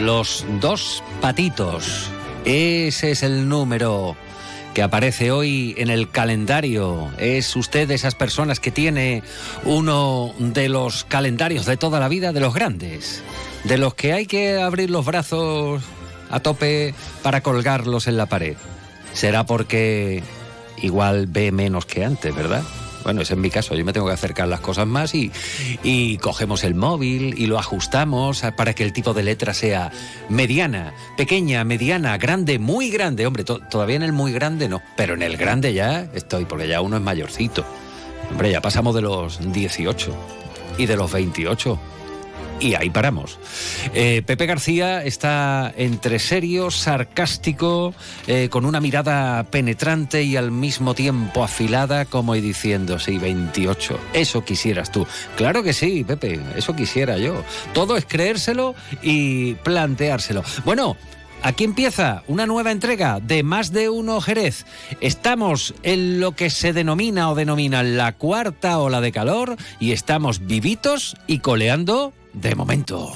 Los dos patitos. Ese es el número que aparece hoy en el calendario. ¿Es usted de esas personas que tiene uno de los calendarios de toda la vida, de los grandes? De los que hay que abrir los brazos a tope para colgarlos en la pared. Será porque igual ve menos que antes, ¿verdad? Bueno, ese es mi caso. Yo me tengo que acercar las cosas más y cogemos el móvil y lo ajustamos para que el tipo de letra sea mediana, pequeña, mediana, grande, muy grande. Hombre, todavía en el muy grande no, pero en el grande ya estoy, porque ya uno es mayorcito. Hombre, ya pasamos de los 18 y de los 28. Y ahí paramos. Pepe García está entre serio, sarcástico, con una mirada penetrante y al mismo tiempo afilada, como diciendo, sí, 28. Eso quisieras tú. Claro que sí, Pepe, eso quisiera yo. Todo es creérselo y planteárselo. Bueno, aquí empieza una nueva entrega de Más de Uno Jerez. Estamos en lo que se denomina la cuarta ola de calor y estamos vivitos y coleando de momento.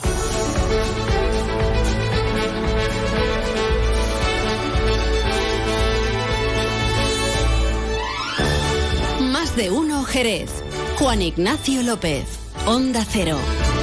Más de Uno Jerez. Juan Ignacio López, Onda Cero.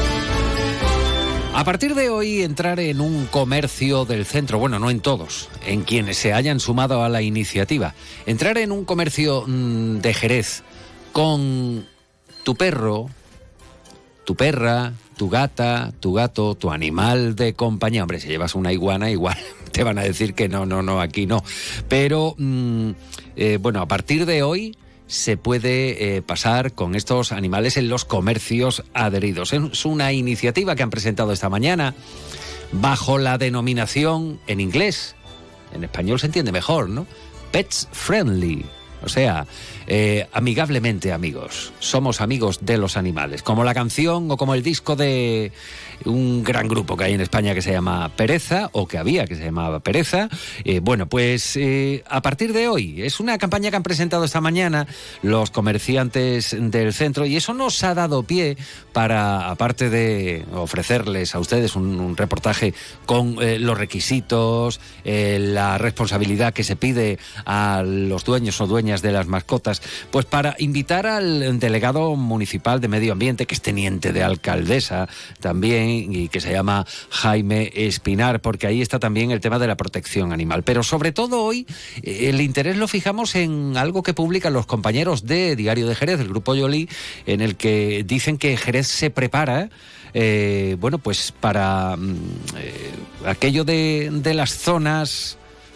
A partir de hoy, entrar en un comercio del centro, bueno, no en todos, en quienes se hayan sumado a la iniciativa, entrar en un comercio de Jerez con tu perro, tu perra, tu gata, tu gato, tu animal de compañía. Hombre, si llevas una iguana, igual te van a decir que no, aquí no. Pero, bueno, a partir de hoy se puede pasar con estos animales en los comercios adheridos. Es una iniciativa que han presentado esta mañana bajo la denominación en inglés. En español se entiende mejor, ¿no? Pets Friendly. O sea, amigablemente amigos. Somos amigos de los animales. Como la canción o como el disco de un gran grupo que hay en España que se llama Pereza, o que había que se llamaba Pereza. Bueno, pues a partir de hoy, es una campaña que han presentado esta mañana los comerciantes del centro, y eso nos ha dado pie para, aparte de ofrecerles a ustedes un reportaje con los requisitos, la responsabilidad que se pide a los dueños o dueñas de las mascotas, pues para invitar al delegado municipal de Medio Ambiente, que es teniente de alcaldesa también, y que se llama Jaime Espinar, porque ahí está también el tema de la protección animal. Pero sobre todo hoy el interés lo fijamos en algo que publican los compañeros de Diario de Jerez, el Grupo Yoli, en el que dicen que Jerez se prepara bueno, pues para aquello de las zonas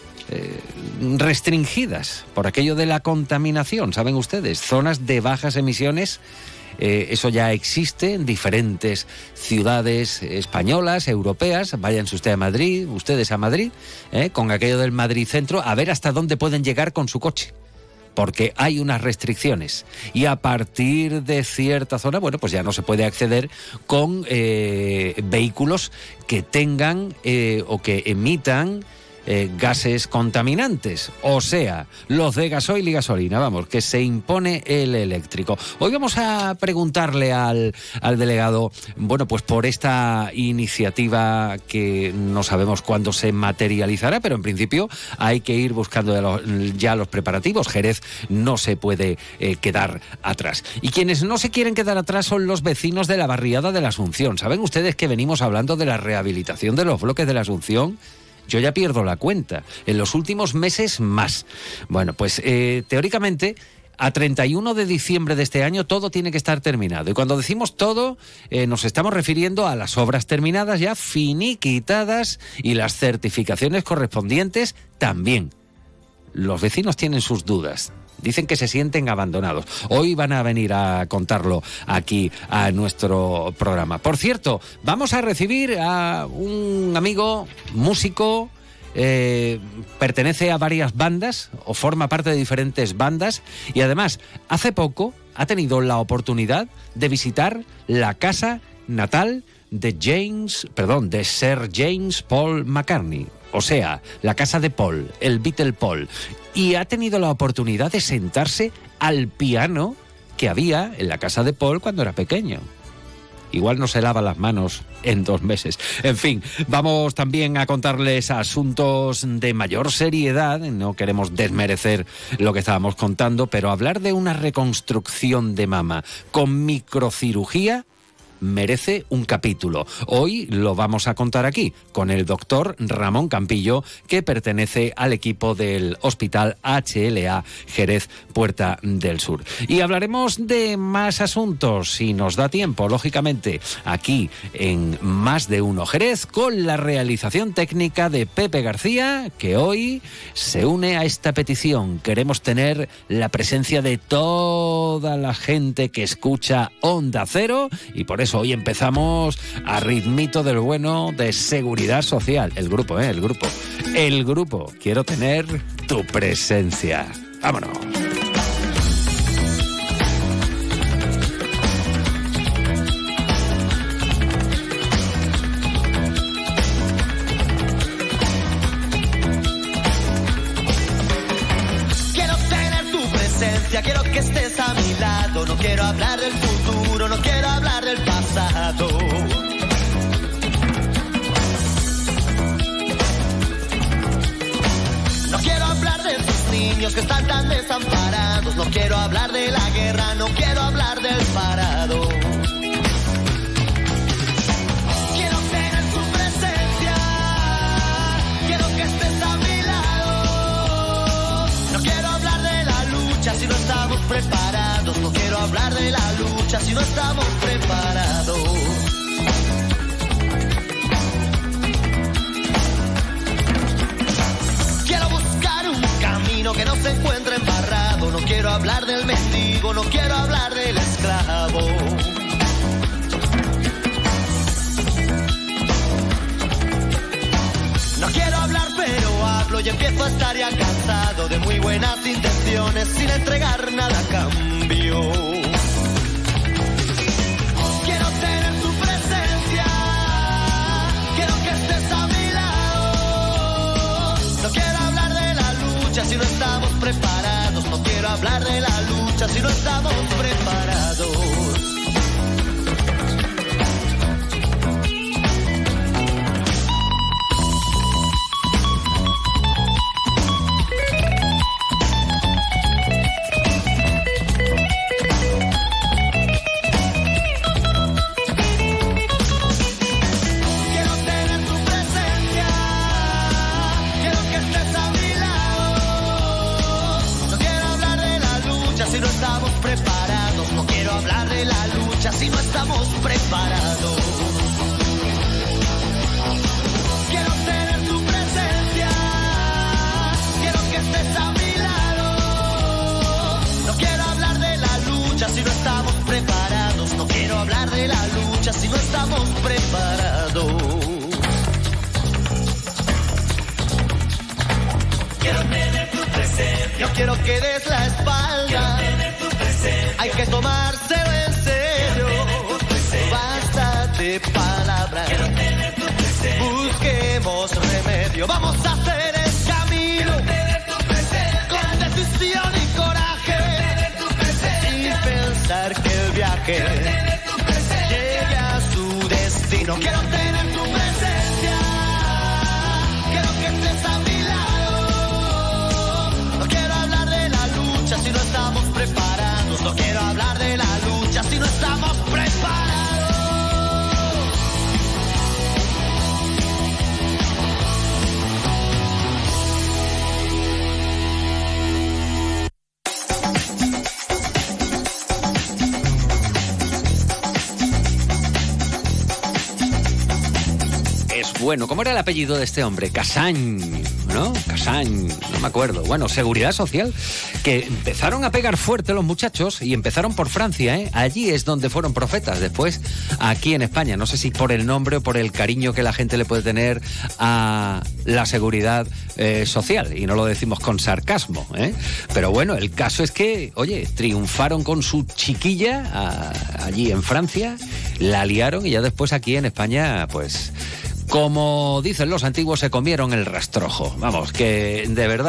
restringidas por aquello de la contaminación, ¿saben ustedes? Zonas de bajas emisiones. Eso ya existe en diferentes ciudades españolas, europeas. Váyanse ustedes a Madrid, con aquello del Madrid Centro, a ver hasta dónde pueden llegar con su coche, porque hay unas restricciones, y a partir de cierta zona, bueno, pues ya no se puede acceder con vehículos que tengan o que emitan gases contaminantes, o sea, los de gasoil y gasolina, vamos, que se impone el eléctrico. Hoy vamos a preguntarle al delegado, bueno, pues por esta iniciativa que no sabemos cuándo se materializará, pero en principio hay que ir buscando ya los preparativos. Jerez no se puede quedar atrás. Y quienes no se quieren quedar atrás son los vecinos de la barriada de la Asunción. ¿Saben ustedes que venimos hablando de la rehabilitación de los bloques de la Asunción? Yo ya pierdo la cuenta. En los últimos meses más. Bueno, pues teóricamente a 31 de diciembre de este año todo tiene que estar terminado. Y cuando decimos todo, nos estamos refiriendo a las obras terminadas ya finiquitadas y las certificaciones correspondientes también. Los vecinos tienen sus dudas. Dicen que se sienten abandonados. Hoy van a venir a contarlo aquí a nuestro programa. Por cierto, vamos a recibir a un amigo músico, pertenece a varias bandas o forma parte de diferentes bandas, y además hace poco ha tenido la oportunidad de visitar la casa natal de Sir James Paul McCartney. O sea, la casa de Paul, el Beatle Paul. Y ha tenido la oportunidad de sentarse al piano que había en la casa de Paul cuando era pequeño. igual no se lava las manos en 2 meses. En fin, vamos también a contarles asuntos de mayor seriedad. No queremos desmerecer lo que estábamos contando, pero hablar de una reconstrucción de mama con microcirugía merece un capítulo. Hoy lo vamos a contar aquí con el doctor Ramón Campillo, que pertenece al equipo del Hospital HLA Jerez Puerta del Sur. Y hablaremos de más asuntos, si nos da tiempo, lógicamente, aquí en Más de Uno Jerez, con la realización técnica de Pepe García, que hoy se une a esta petición. Queremos tener la presencia de toda la gente que escucha Onda Cero, y por eso hoy empezamos a ritmito del bueno de Seguridad Social. El grupo. Quiero tener tu presencia. ¡Vámonos! Quiero tener tu presencia, quiero que estés a mi lado. No quiero hablar del futuro, no quiero hablar del pasado. No quiero hablar de tus niños que están tan desamparados. No quiero hablar de la guerra, no quiero hablar del parado. Quiero tener tu presencia, quiero que estés a mi lado. No quiero hablar de la lucha si no estamos preparados. No quiero hablar de la lucha si no estamos preparados. Quiero buscar un camino que no se encuentre embarrado. No quiero hablar del mendigo, no quiero hablar del esclavo. No quiero hablar pero hablo y empiezo a estar ya cansado de muy buenas intenciones sin entregar nada a cambio. Quiero tener tu presencia, quiero que estés a mi lado. No quiero hablar de la lucha si no estamos preparados. No quiero hablar de la lucha si no estamos preparados. Si no estamos preparados, quiero tener tu presencia, quiero que estés a mi lado. No quiero hablar de la lucha si no estamos preparados. No quiero hablar de la lucha si no estamos preparados. Quiero tener tu presencia, no quiero que des la espalda. Quiero tener tu presencia, hay que tomárselo en serio. Basta de palabras, busquemos remedio. Vamos a hacer el camino con decisión y coraje, sin pensar que el viaje llegue a su destino. Quiero tener tu presencia, quiero que estés a mi lado. No quiero hablar de la lucha si no estamos preparados. No quiero hablar de la lucha si no estamos preparados. Bueno, ¿cómo era el apellido de este hombre? Casañ, ¿no? Casañ, no me acuerdo. Bueno, Seguridad Social, que empezaron a pegar fuerte los muchachos y empezaron por Francia, ¿eh? Allí es donde fueron profetas. Después, aquí en España, no sé si por el nombre o por el cariño que la gente le puede tener a la seguridad social, y no lo decimos con sarcasmo, ¿eh? Pero bueno, el caso es que, oye, triunfaron con su chiquilla allí en Francia, la liaron y ya después aquí en España, pues, como dicen los antiguos, se comieron el rastrojo. Vamos, que de verdad,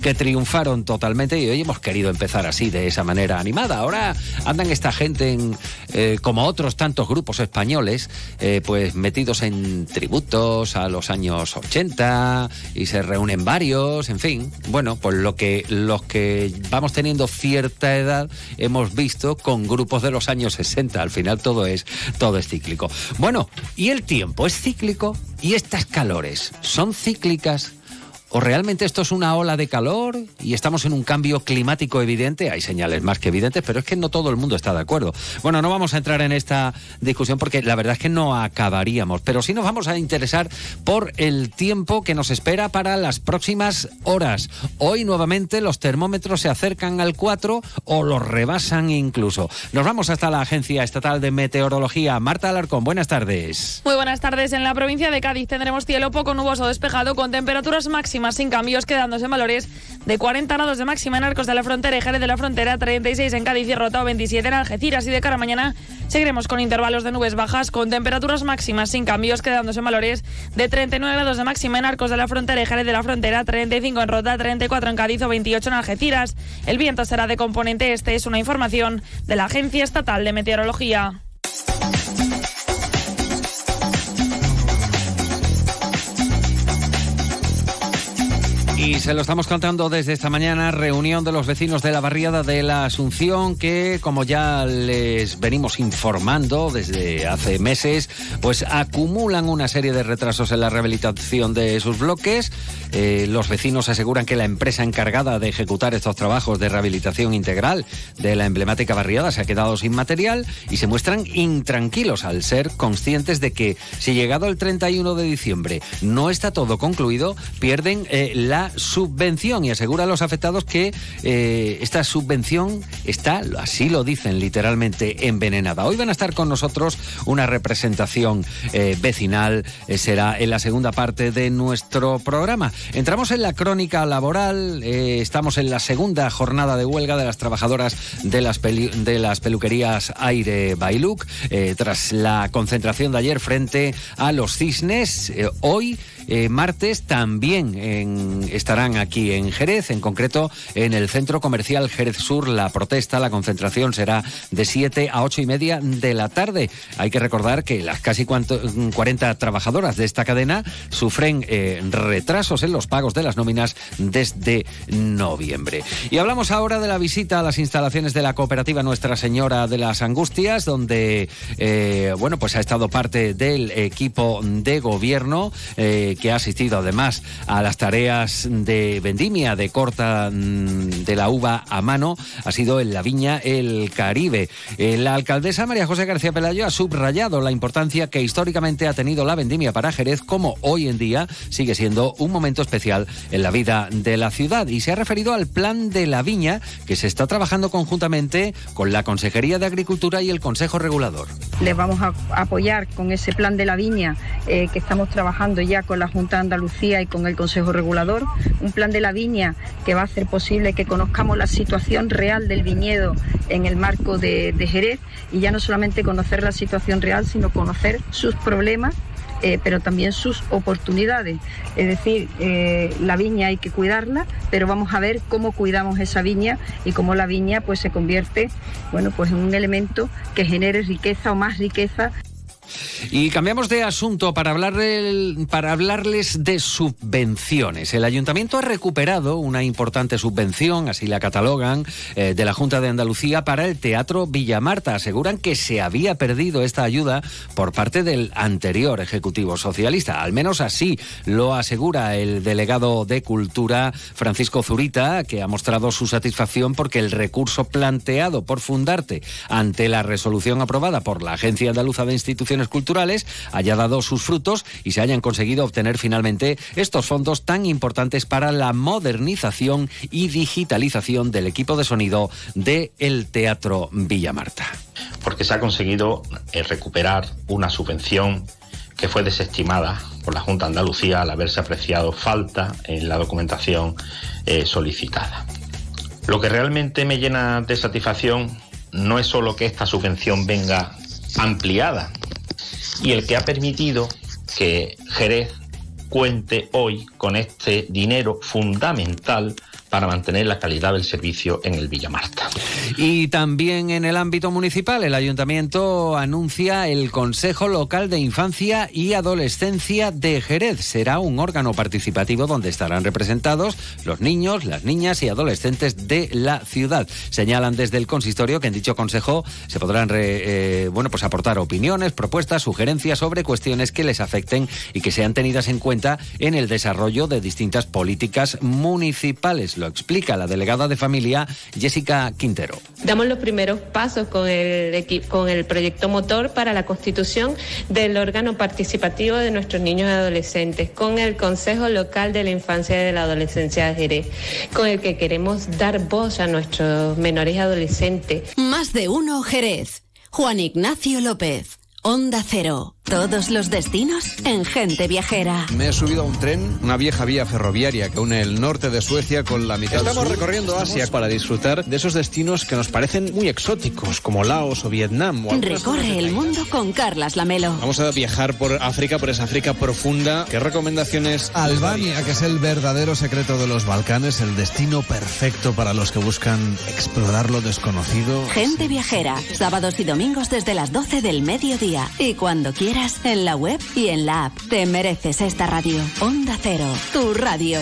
que triunfaron totalmente y hoy hemos querido empezar así, de esa manera animada. Ahora andan esta gente, como otros tantos grupos españoles, pues metidos en tributos a los años 80 y se reúnen varios, en fin. Bueno, pues los que vamos teniendo cierta edad hemos visto con grupos de los años 60. Al final todo es cíclico. Bueno, ¿y el tiempo es cíclico? ¿Y estas calores son cíclicas? ¿O realmente esto es una ola de calor y estamos en un cambio climático evidente? Hay señales más que evidentes, pero es que no todo el mundo está de acuerdo. Bueno, no vamos a entrar en esta discusión porque la verdad es que no acabaríamos, pero sí nos vamos a interesar por el tiempo que nos espera para las próximas horas. Hoy nuevamente los termómetros se acercan al 4 o los rebasan incluso. Nos vamos hasta la Agencia Estatal de Meteorología. Marta Alarcón, buenas tardes. Muy buenas tardes. En la provincia de Cádiz tendremos cielo poco nuboso despejado con temperaturas máximas sin cambios, quedándose en valores de 40 grados de máxima en Arcos de la Frontera y Jerez de la Frontera, 36 en Cádiz y Rota, 27 en Algeciras. Y de cara a mañana seguiremos con intervalos de nubes bajas con temperaturas máximas sin cambios, quedándose en valores de 39 grados de máxima en Arcos de la Frontera y Jerez de la Frontera, 35 en Rota, 34 en Cádiz o 28 en Algeciras. El viento será de componente este. Es una información de la Agencia Estatal de Meteorología. Y se lo estamos contando desde esta mañana, reunión de los vecinos de la barriada de la Asunción, que como ya les venimos informando desde hace meses, pues acumulan una serie de retrasos en la rehabilitación de sus bloques. Los vecinos aseguran que la empresa encargada de ejecutar estos trabajos de rehabilitación integral de la emblemática barriada se ha quedado sin material y se muestran intranquilos al ser conscientes de que si llegado el 31 de diciembre no está todo concluido, pierden la subvención, y aseguran los afectados que esta subvención está, así lo dicen literalmente, envenenada. Hoy van a estar con nosotros una representación vecinal, será en la segunda parte de nuestro programa. Entramos en la crónica laboral, estamos en la segunda jornada de huelga de las trabajadoras de las peluquerías Aire by Look, tras la concentración de ayer frente a los Cisnes. Hoy martes también estarán aquí en Jerez, en concreto en el Centro Comercial Jerez Sur. La protesta, la concentración será de 7 a 8 y media de la tarde. Hay que recordar que las casi 40 trabajadoras de esta cadena sufren retrasos en los pagos de las nóminas desde noviembre. Y hablamos ahora de la visita a las instalaciones de la cooperativa Nuestra Señora de las Angustias, donde pues ha estado parte del equipo de gobierno que ha asistido además a las tareas de vendimia, de corta de la uva a mano. Ha sido en la viña El Caribe. La alcaldesa María José García Pelayo ha subrayado la importancia que históricamente ha tenido la vendimia para Jerez, como hoy en día sigue siendo un momento especial en la vida de la ciudad, y se ha referido al plan de la viña que se está trabajando conjuntamente con la Consejería de Agricultura y el Consejo Regulador. Les vamos a apoyar con ese plan de la viña que estamos trabajando ya con la Junta de Andalucía y con el Consejo Regulador, un plan de la viña que va a hacer posible que conozcamos la situación real del viñedo en el marco de Jerez, y ya no solamente conocer la situación real, sino conocer sus problemas, pero también sus oportunidades. Es decir, la viña hay que cuidarla, pero vamos a ver cómo cuidamos esa viña y cómo la viña pues se convierte en un elemento que genere riqueza o más riqueza. Y cambiamos de asunto para hablarles de subvenciones. El Ayuntamiento ha recuperado una importante subvención, así la catalogan, de la Junta de Andalucía para el Teatro Villamarta. Aseguran que se había perdido esta ayuda por parte del anterior Ejecutivo Socialista. Al menos así lo asegura el delegado de Cultura, Francisco Zurita, que ha mostrado su satisfacción porque el recurso planteado por Fundarte ante la resolución aprobada por la Agencia Andaluza de Instituciones Culturales haya dado sus frutos y se hayan conseguido obtener finalmente estos fondos tan importantes para la modernización y digitalización del equipo de sonido del Teatro Villamarta. Porque se ha conseguido recuperar una subvención que fue desestimada por la Junta de Andalucía al haberse apreciado falta en la documentación solicitada. Lo que realmente me llena de satisfacción no es solo que esta subvención venga ampliada y el que ha permitido que Jerez cuente hoy con este dinero fundamental para mantener la calidad del servicio en el Villa Marta. Y también en el ámbito municipal, el Ayuntamiento anuncia el Consejo Local de Infancia y Adolescencia de Jerez. Será un órgano participativo donde estarán representados los niños, las niñas y adolescentes de la ciudad. Señalan desde el consistorio que en dicho consejo se podrán aportar opiniones, propuestas, sugerencias sobre cuestiones que les afecten y que sean tenidas en cuenta en el desarrollo de distintas políticas municipales. Lo explica la delegada de Familia, Jessica Quintero. Damos los primeros pasos con el proyecto motor para la constitución del órgano participativo de nuestros niños y adolescentes, con el Consejo Local de la Infancia y de la Adolescencia de Jerez, con el que queremos dar voz a nuestros menores y adolescentes. Más de uno Jerez. Juan Ignacio López. Onda Cero. Todos los destinos en Gente Viajera. Me he subido a un tren, una vieja vía ferroviaria que une el norte de Suecia con la mitad Estamos sur. recorriendo Asia para disfrutar de esos destinos que nos parecen muy exóticos, como Laos o Vietnam. Recorre el mundo con Carlas Lamelo. Vamos a viajar por África, por esa África profunda. ¿Qué recomendaciones? Albania, que es el verdadero secreto de los Balcanes, el destino perfecto para los que buscan explorar lo desconocido. Gente Viajera, sábados y domingos desde las 12 del mediodía. Y cuando quieras, en la web y en la app. Te mereces esta radio. Onda Cero, tu radio.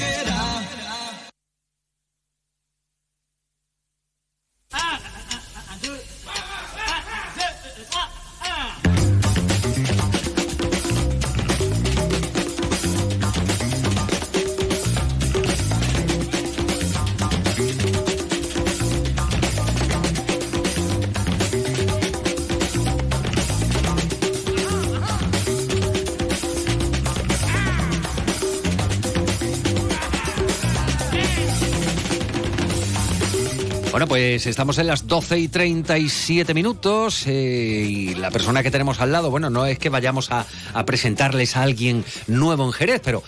Bueno, pues estamos en las 12:37 y la persona que tenemos al lado, bueno, no es que vayamos a presentarles a alguien nuevo en Jerez, pero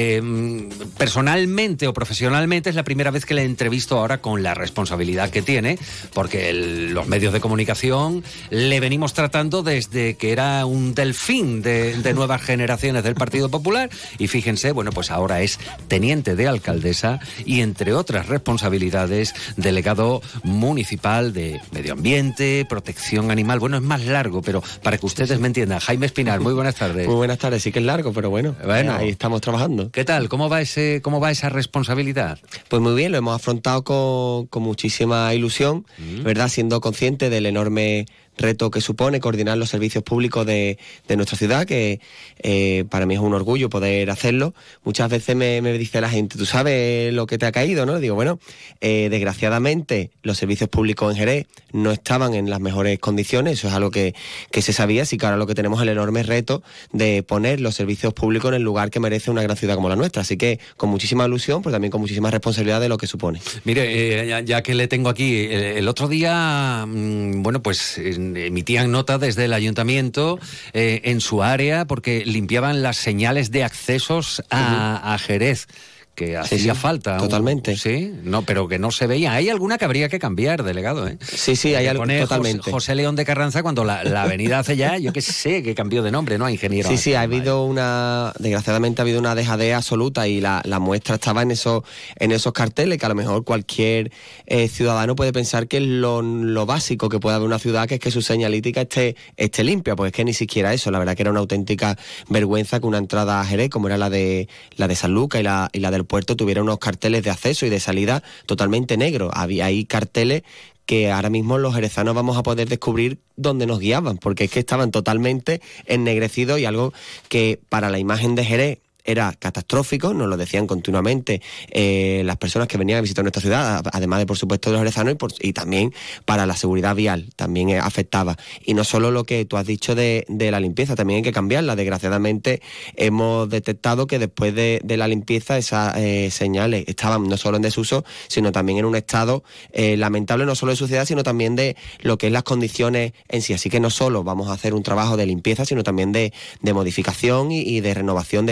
personalmente o profesionalmente es la primera vez que le entrevisto ahora con la responsabilidad que tiene, porque los medios de comunicación le venimos tratando desde que era un delfín de nuevas generaciones del Partido Popular y fíjense, bueno, pues ahora es teniente de alcaldesa y entre otras responsabilidades delegado municipal de Medio Ambiente, Protección Animal. Bueno, es más largo, pero para que ustedes me entiendan. Jaime Espinar, muy buenas tardes. Muy buenas tardes, sí que es largo, pero bueno, ahí estamos trabajando. ¿Qué tal? ¿Cómo va esa responsabilidad? Pues muy bien, lo hemos afrontado con muchísima ilusión, ¿verdad? Siendo consciente del enorme reto que supone coordinar los servicios públicos de nuestra ciudad, que para mí es un orgullo poder hacerlo. Muchas veces me dice la gente, ¿tú sabes lo que te ha caído, no? Digo, bueno, desgraciadamente los servicios públicos en Jerez no estaban en las mejores condiciones, eso es algo que se sabía, así que ahora lo que tenemos es el enorme reto de poner los servicios públicos en el lugar que merece una gran ciudad como la nuestra, así que con muchísima ilusión, pero también con muchísima responsabilidad de lo que supone. Mire, ya que le tengo aquí, el otro día, bueno, pues emitían nota desde el ayuntamiento en su área porque limpiaban las señales de accesos a Jerez, que hacía falta. Totalmente. Sí, no, pero que no se veía. Hay alguna que habría que cambiar, delegado, ¿eh? Sí, hay algo totalmente. José León de Carranza, cuando la avenida hace ya, yo que sé, que cambió de nombre, ¿no? A ingeniero. Sí, desgraciadamente ha habido una dejadez absoluta y la muestra estaba en esos carteles que a lo mejor cualquier ciudadano puede pensar que es lo básico que puede haber una ciudad, que es que su señalítica esté limpia, pues es que ni siquiera eso. La verdad que era una auténtica vergüenza que una entrada a Jerez, como era la de San Lucas y la del puerto, tuviera unos carteles de acceso y de salida totalmente negros. Había ahí carteles que ahora mismo los jerezanos vamos a poder descubrir dónde nos guiaban, porque es que estaban totalmente ennegrecidos y algo que para la imagen de Jerez era catastrófico, nos lo decían continuamente las personas que venían a visitar nuestra ciudad, además de, por supuesto, de los jerezanos y también para la seguridad vial, también afectaba. Y no solo lo que tú has dicho de la limpieza, también hay que cambiarla. Desgraciadamente hemos detectado que después de la limpieza esas señales estaban no solo en desuso, sino también en un estado lamentable, no solo de suciedad, sino también de lo que es las condiciones en sí. Así que no solo vamos a hacer un trabajo de limpieza, sino también de modificación y de renovación de estas señales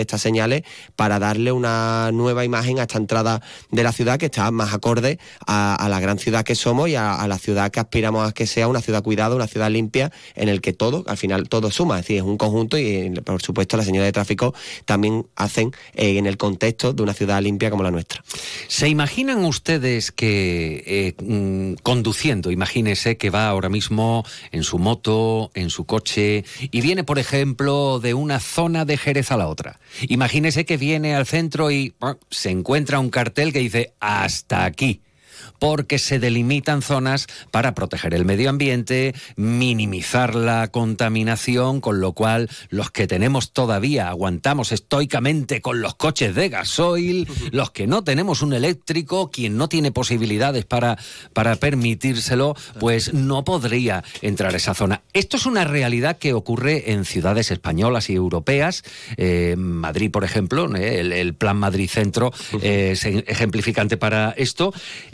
sociales para darle una nueva imagen a esta entrada de la ciudad que está más acorde a la gran ciudad que somos y a la ciudad que aspiramos a que sea una ciudad cuidada, una ciudad limpia, en el que todo, al final todo suma, es decir, es un conjunto y por supuesto las señales de tráfico también hacen en el contexto de una ciudad limpia como la nuestra. ¿Se imaginan ustedes que conduciendo, imagínese que va ahora mismo en su moto, en su coche y viene, por ejemplo, de una zona de Jerez a la otra? Imagínese que viene al centro y se encuentra un cartel que dice hasta aquí, porque se delimitan zonas para proteger el medio ambiente, minimizar la contaminación, con lo cual los que tenemos todavía aguantamos estoicamente con los coches de gasoil, los que no tenemos un eléctrico, quien no tiene posibilidades para permitírselo, pues no podría entrar a esa zona. Esto es una realidad que ocurre en ciudades españolas y europeas. Madrid, por ejemplo, el Plan Madrid Centro es ejemplificante para esto.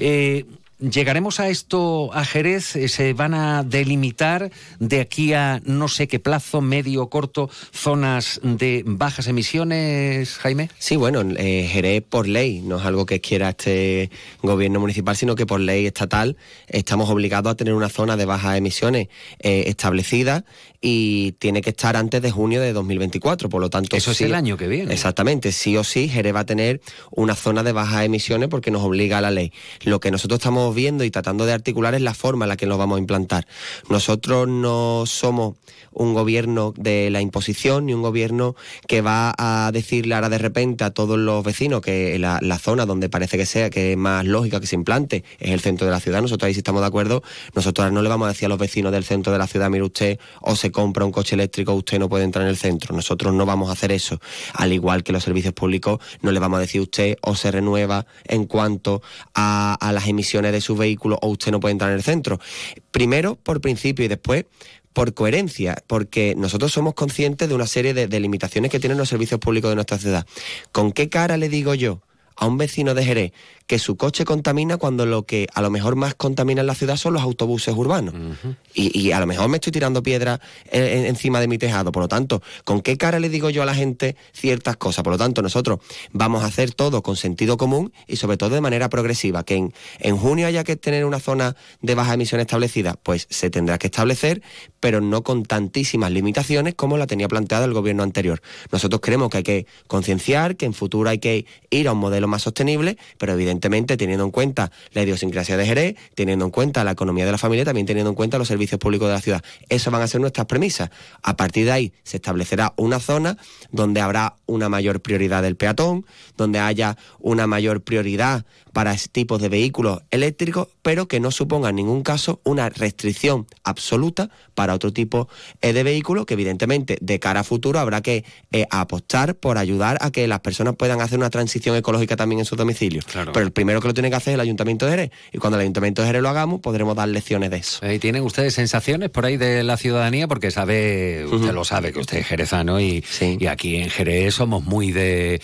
¿Llegaremos a esto a Jerez? ¿Se van a delimitar de aquí a no sé qué plazo, medio, corto, zonas de bajas emisiones, Jaime? Sí, bueno, Jerez por ley, no es algo que quiera este gobierno municipal, sino que por ley estatal estamos obligados a tener una zona de bajas emisiones establecida y tiene que estar antes de junio de 2024, por lo tanto... Eso sí, es el año que viene. Exactamente, sí o sí, Jerez va a tener una zona de bajas emisiones porque nos obliga a la ley. Lo que nosotros estamos viendo y tratando de articular es la forma en la que nos vamos a implantar. Nosotros no somos un gobierno de la imposición, ni un gobierno que va a decirle ahora de repente a todos los vecinos que la zona donde parece que sea, que es más lógica que se implante, es el centro de la ciudad. Nosotros ahí sí estamos de acuerdo. Nosotros no le vamos a decir a los vecinos del centro de la ciudad, mire usted, o se compra un coche eléctrico, usted no puede entrar en el centro. Nosotros no vamos a hacer eso. Al igual que los servicios públicos, no le vamos a decir usted o se renueva en cuanto a las emisiones de su vehículo o usted no puede entrar en el centro. Primero por principio y después por coherencia, porque nosotros somos conscientes de una serie de limitaciones que tienen los servicios públicos de nuestra ciudad. ¿Con qué cara le digo yo a un vecino de Jerez que su coche contamina cuando lo que a lo mejor más contamina en la ciudad son los autobuses urbanos? Uh-huh. Y a lo mejor me estoy tirando piedras encima de mi tejado. Por lo tanto, ¿con qué cara le digo yo a la gente ciertas cosas? Por lo tanto, nosotros vamos a hacer todo con sentido común y sobre todo de manera progresiva. Que en junio haya que tener una zona de baja emisión establecida, pues se tendrá que establecer, pero no con tantísimas limitaciones como la tenía planteada el gobierno anterior. Nosotros creemos que hay que concienciar, que en futuro hay que ir a un modelo más sostenible, pero evidentemente teniendo en cuenta la idiosincrasia de Jerez, teniendo en cuenta la economía de la familia, también teniendo en cuenta los servicios públicos de la ciudad. Esas van a ser nuestras premisas. A partir de ahí se establecerá una zona donde habrá una mayor prioridad del peatón, donde haya una mayor prioridad para tipos de vehículos eléctricos, pero que no suponga en ningún caso una restricción absoluta para otro tipo de vehículos, que evidentemente de cara a futuro habrá que apostar por ayudar a que las personas puedan hacer una transición ecológica también en sus domicilios. Claro. Pero el primero que lo tiene que hacer es el Ayuntamiento de Jerez, y cuando el Ayuntamiento de Jerez lo hagamos podremos dar lecciones de eso. ¿Tienen ustedes sensaciones por ahí de la ciudadanía? Porque sabe, usted lo sabe, que usted es jerezano y aquí en Jerez somos muy de...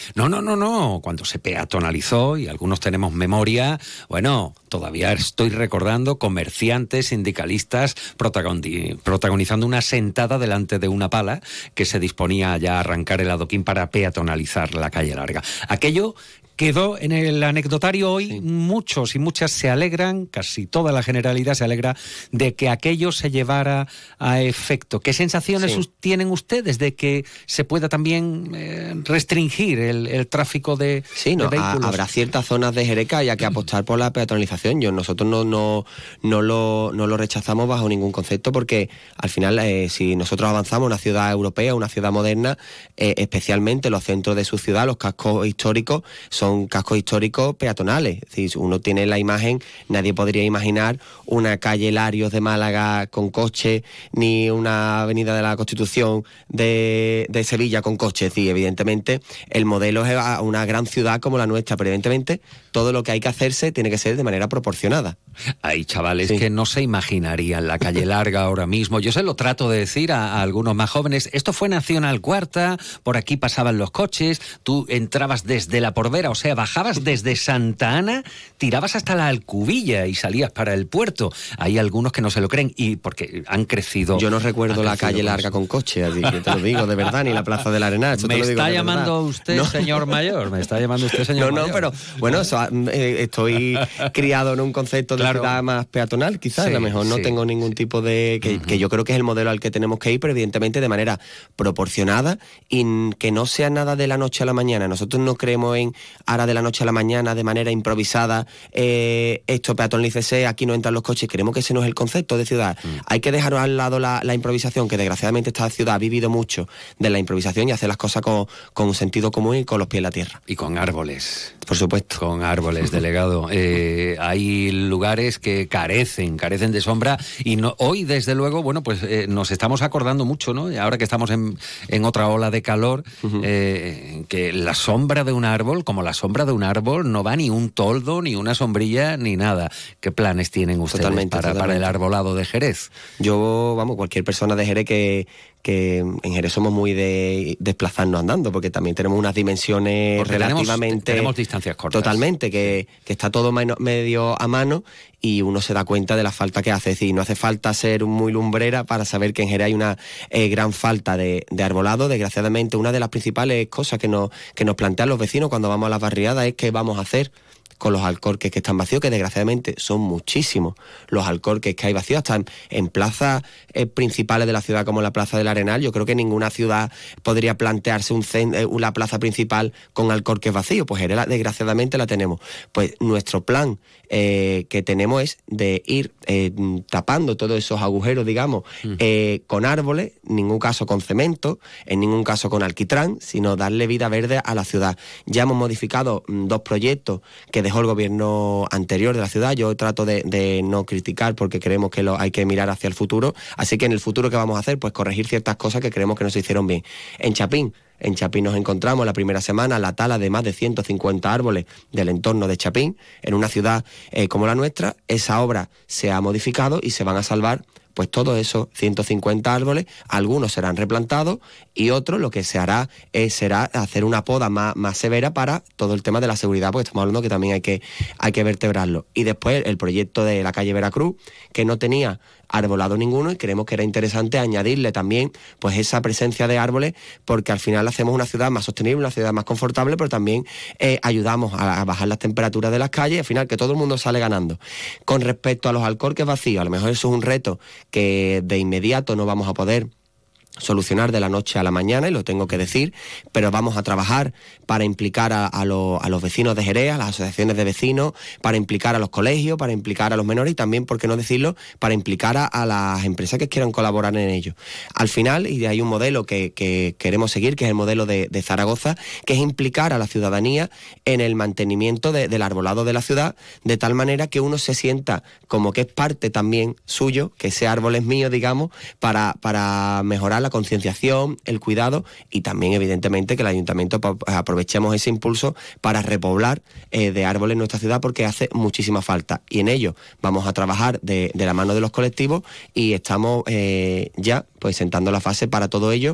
No, cuando se peatonalizó, y algunos tenemos memoria, bueno, todavía estoy recordando comerciantes, sindicalistas protagonizando una sentada delante de una pala que se disponía ya a arrancar el adoquín para peatonalizar la calle larga. Aquello quedó en el anecdotario hoy. Sí. Muchos y muchas se alegran, casi toda la generalidad se alegra de que aquello se llevara a efecto. ¿Qué sensaciones tienen ustedes de que se pueda también restringir el tráfico de vehículos? Habrá ciertas zonas de Jerez que haya que apostar por la peatonalización. Nosotros no lo rechazamos bajo ningún concepto, porque al final si nosotros avanzamos una ciudad europea, una ciudad moderna, especialmente los centros de su ciudad, los cascos históricos, son cascos históricos peatonales. Es decir, uno tiene la imagen, nadie podría imaginar una calle Larios de Málaga con coche, ni una avenida de la Constitución de Sevilla con coche. Es decir, evidentemente el modelo es una gran ciudad como la nuestra, pero evidentemente todo lo que hay que hacerse tiene que ser de manera proporcionada. nada. Hay chavales que no se imaginarían la calle larga ahora mismo. Yo se lo trato de decir a algunos más jóvenes. Esto fue Nacional Cuarta, por aquí pasaban los coches, tú entrabas desde la Porvera, o sea, bajabas desde Santa Ana, tirabas hasta la Alcubilla y salías para el puerto. Hay algunos que no se lo creen y porque han crecido. Yo no recuerdo la calle larga con coche, así que te lo digo de verdad, ni la Plaza del Arenal. Me está llamando usted señor mayor, me está llamando usted señor mayor. No, pero bueno, estoy criado en un concepto de ciudad más peatonal, quizás, a lo mejor no tengo ningún tipo de... que yo creo que es el modelo al que tenemos que ir, pero evidentemente de manera proporcionada y que no sea nada de la noche a la mañana. Nosotros no creemos en ahora de la noche a la mañana, de manera improvisada, esto peatonalícese, aquí no entran los coches. Creemos que ese no es el concepto de ciudad. Hay que dejar al lado la improvisación, que desgraciadamente esta ciudad ha vivido mucho de la improvisación y hacer las cosas con un sentido común y con los pies en la tierra. Y con árboles. Por supuesto. Con árboles, delegado. Hay lugares que carecen de sombra y hoy, desde luego, bueno, pues nos estamos acordando mucho, ¿no? Ahora que estamos en otra ola de calor, que la sombra de un árbol, como la sombra de un árbol, no va ni un toldo, ni una sombrilla, ni nada. ¿Qué planes tienen ustedes para el arbolado de Jerez? Yo, cualquier persona de Jerez que en Jerez somos muy de desplazarnos andando, porque también tenemos unas dimensiones porque relativamente... Tenemos distancias cortas. Totalmente, que está todo medio a mano y uno se da cuenta de la falta que hace. Es decir, no hace falta ser muy lumbrera para saber que en Jerez hay una gran falta de arbolado. Desgraciadamente, una de las principales cosas que nos plantean los vecinos cuando vamos a las barriadas es qué vamos a hacer con los alcorques que están vacíos, que desgraciadamente son muchísimos los alcorques que hay vacíos, hasta en plazas principales de la ciudad como la Plaza del Arenal. Yo creo que ninguna ciudad podría plantearse una plaza principal con alcorques vacíos, pues Jerez desgraciadamente la tenemos. Pues nuestro plan que tenemos es de ir tapando todos esos agujeros, digamos, con árboles, en ningún caso con cemento, en ningún caso con alquitrán, sino darle vida verde a la ciudad. Ya hemos modificado 2 proyectos que dejó el gobierno anterior de la ciudad. Yo trato de no criticar porque creemos que hay que mirar hacia el futuro, así que en el futuro, ¿qué vamos a hacer? Pues corregir ciertas cosas que creemos que no se hicieron bien. En Chapín nos encontramos la primera semana la tala de más de 150 árboles del entorno de Chapín, en una ciudad como la nuestra. Esa obra se ha modificado y se van a salvar pues todos esos 150 árboles. Algunos serán replantados y otros lo que se hará será hacer una poda más severa para todo el tema de la seguridad, porque estamos hablando que también hay que vertebrarlo. Y después el proyecto de la calle Veracruz, que no tenía arbolado ninguno, y creemos que era interesante añadirle también pues esa presencia de árboles, porque al final hacemos una ciudad más sostenible, una ciudad más confortable, pero también ayudamos a bajar las temperaturas de las calles y al final que todo el mundo sale ganando. Con respecto a los alcorques vacíos, a lo mejor eso es un reto que de inmediato no vamos a poder solucionar de la noche a la mañana, y lo tengo que decir, pero vamos a trabajar para implicar a los vecinos de Jerez, a las asociaciones de vecinos, para implicar a los colegios, para implicar a los menores y también, por qué no decirlo, para implicar a las empresas que quieran colaborar en ello. Al final, y hay un modelo que queremos seguir, que es el modelo de Zaragoza, que es implicar a la ciudadanía en el mantenimiento del arbolado de la ciudad, de tal manera que uno se sienta como que es parte también suyo, que ese árbol es mío, digamos, para mejorar la concienciación, el cuidado, y también evidentemente que el ayuntamiento aprovechemos ese impulso para repoblar de árboles nuestra ciudad, porque hace muchísima falta, y en ello vamos a trabajar de la mano de los colectivos y estamos ya pues sentando la fase para todo ello,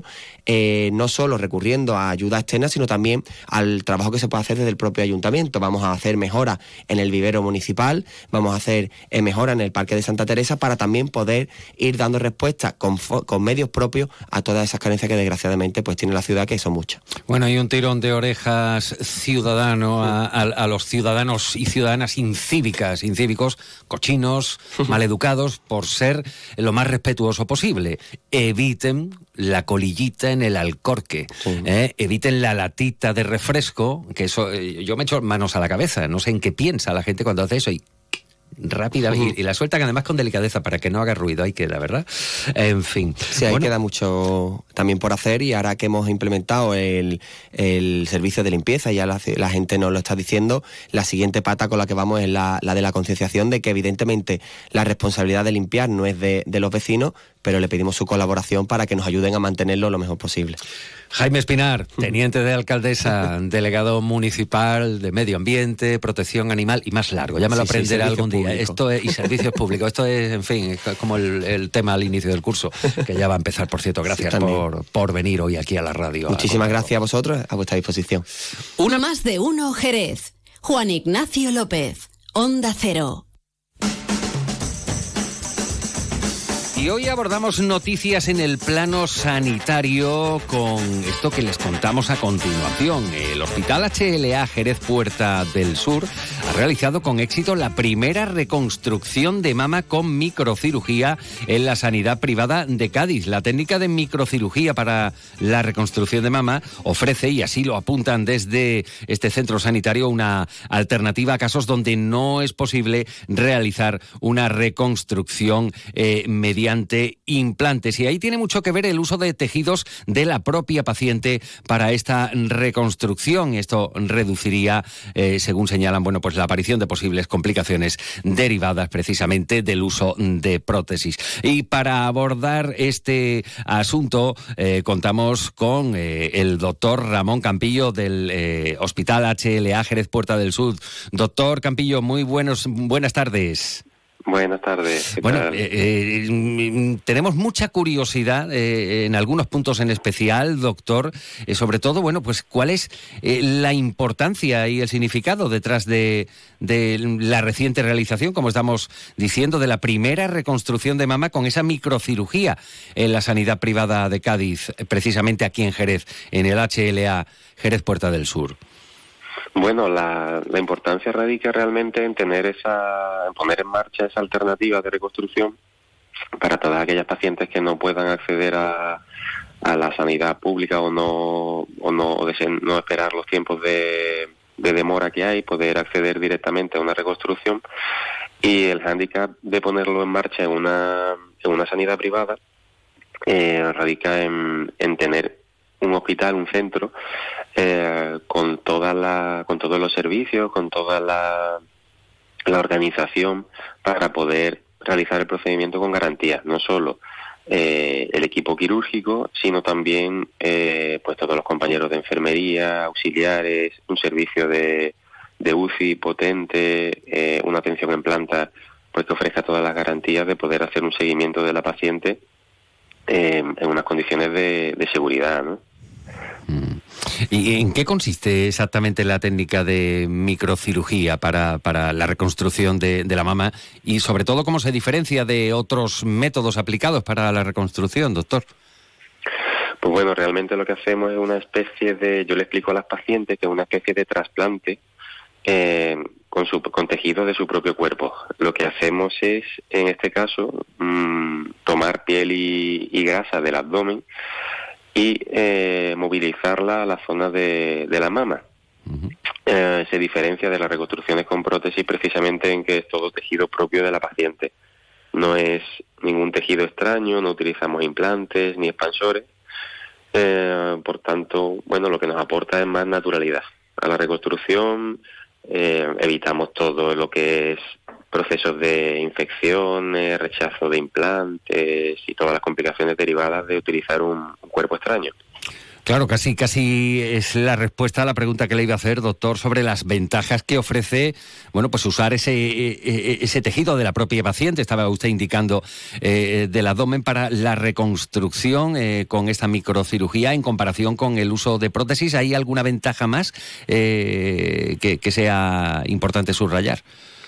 no solo recurriendo a ayuda externa, sino también al trabajo que se puede hacer desde el propio ayuntamiento. Vamos a hacer mejoras en el vivero municipal, vamos a hacer mejoras en el Parque de Santa Teresa, para también poder ir dando respuesta con medios propios a todas esas carencias que desgraciadamente pues tiene la ciudad, que son muchas. Bueno, hay un tirón de orejas ciudadano a los ciudadanos y ciudadanas incívicos, cochinos, maleducados, por ser lo más respetuoso posible. Eviten la colillita en el alcorque, eviten la latita de refresco, que eso, yo me echo manos a la cabeza, no sé en qué piensa la gente cuando hace eso, y rápida, y la sueltan además con delicadeza para que no haga ruido, ahí queda, ¿verdad? En fin. Sí, ahí queda mucho también por hacer, y ahora que hemos implementado el servicio de limpieza, ya la gente nos lo está diciendo, la siguiente pata con la que vamos es la de la concienciación de que evidentemente la responsabilidad de limpiar no es de los vecinos, pero le pedimos su colaboración para que nos ayuden a mantenerlo lo mejor posible. Jaime Espinar, teniente de alcaldesa, delegado municipal de Medio Ambiente, Protección Animal y más largo, ya me lo aprenderé algún día. Esto es, y servicios públicos, esto es, en fin, es como el tema al inicio del curso, que ya va a empezar, por cierto. Gracias por venir hoy aquí a la radio. Muchísimas gracias a vosotros, a vuestra disposición. Más de uno Jerez. Juan Ignacio López, Onda Cero. Y hoy abordamos noticias en el plano sanitario con esto que les contamos a continuación. El Hospital HLA Jerez Puerta del Sur ha realizado con éxito la primera reconstrucción de mama con microcirugía en la sanidad privada de Cádiz. La técnica de microcirugía para la reconstrucción de mama ofrece, y así lo apuntan desde este centro sanitario, una alternativa a casos donde no es posible realizar una reconstrucción mediante implantes. Y ahí tiene mucho que ver el uso de tejidos de la propia paciente para esta reconstrucción. Esto reduciría, según señalan, bueno, pues la aparición de posibles complicaciones derivadas precisamente del uso de prótesis. Y para abordar este asunto contamos con el doctor Ramón Campillo del Hospital HLA Jerez Puerta del Sur. Doctor Campillo, muy buenas tardes. Buenas tardes. Bueno, tenemos mucha curiosidad en algunos puntos en especial, doctor, sobre todo, bueno, pues cuál es la importancia y el significado detrás de la reciente realización, como estamos diciendo, de la primera reconstrucción de mama con esa microcirugía en la sanidad privada de Cádiz, precisamente aquí en Jerez, en el HLA Jerez Puerta del Sur. Bueno, la importancia radica realmente en poner en marcha esa alternativa de reconstrucción para todas aquellas pacientes que no puedan acceder a la sanidad pública o no deseen no esperar los tiempos de demora que hay, poder acceder directamente a una reconstrucción. Y el hándicap de ponerlo en marcha en una sanidad privada radica en tener un hospital, un centro, con todos los servicios, con toda la organización para poder realizar el procedimiento con garantías, no solo el equipo quirúrgico, sino también pues todos los compañeros de enfermería, auxiliares, un servicio de UCI potente, una atención en planta, pues que ofrezca todas las garantías de poder hacer un seguimiento de la paciente en unas condiciones de seguridad, ¿no? ¿Y en qué consiste exactamente la técnica de microcirugía para la reconstrucción de la mama y sobre todo cómo se diferencia de otros métodos aplicados para la reconstrucción, doctor? Pues bueno, realmente lo que hacemos es una especie yo le explico a las pacientes que es una especie de trasplante con tejido de su propio cuerpo. Lo que hacemos es, en este caso, tomar piel y grasa del abdomen y movilizarla a la zona de la mama. Uh-huh. Se diferencia de las reconstrucciones con prótesis precisamente en que es todo tejido propio de la paciente. No es ningún tejido extraño, no utilizamos implantes ni expansores. Por tanto, bueno, lo que nos aporta es más naturalidad. A la reconstrucción evitamos todo lo que es procesos de infecciones, rechazo de implantes y todas las complicaciones derivadas de utilizar un cuerpo extraño. Claro, casi es la respuesta a la pregunta que le iba a hacer, doctor, sobre las ventajas que ofrece, bueno, pues usar ese tejido de la propia paciente, estaba usted indicando, del abdomen para la reconstrucción con esta microcirugía en comparación con el uso de prótesis. ¿Hay alguna ventaja más que sea importante subrayar?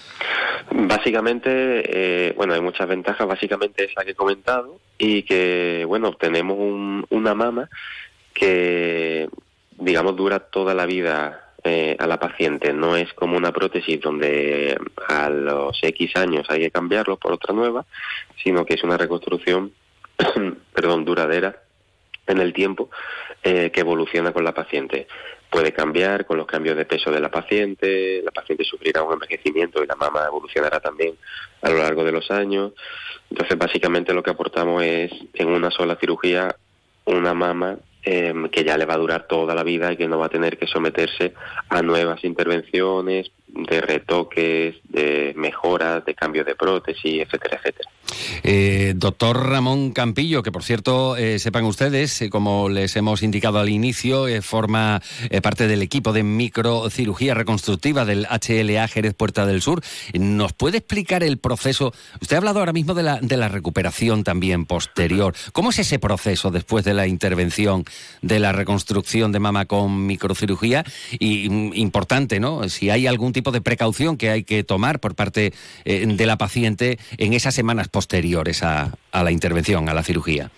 Básicamente, bueno, hay muchas ventajas, básicamente esa que he comentado, y que, bueno, obtenemos una mama que, digamos, dura toda la vida a la paciente. No es como una prótesis donde a los X años hay que cambiarlo por otra nueva, sino que es una reconstrucción, duradera en el tiempo, que evoluciona con la paciente. Puede cambiar con los cambios de peso de la paciente sufrirá un envejecimiento y la mama evolucionará también a lo largo de los años. Entonces, básicamente lo que aportamos es, en una sola cirugía, una mama que ya le va a durar toda la vida y que no va a tener que someterse a nuevas intervenciones de retoques, de mejoras, de cambio de prótesis, etcétera, etcétera. Doctor Ramón Campillo, que por cierto, sepan ustedes, como les hemos indicado al inicio, forma parte del equipo de microcirugía reconstructiva del HLA Jerez Puerta del Sur. ¿Nos puede explicar el proceso? Usted ha hablado ahora mismo de la recuperación también posterior. ¿Cómo es ese proceso después de la intervención de la reconstrucción de mama con microcirugía? Y importante, ¿no? Si hay algún tipo de precaución que hay que tomar por parte de la paciente en esas semanas posteriores a la intervención, a la cirugía.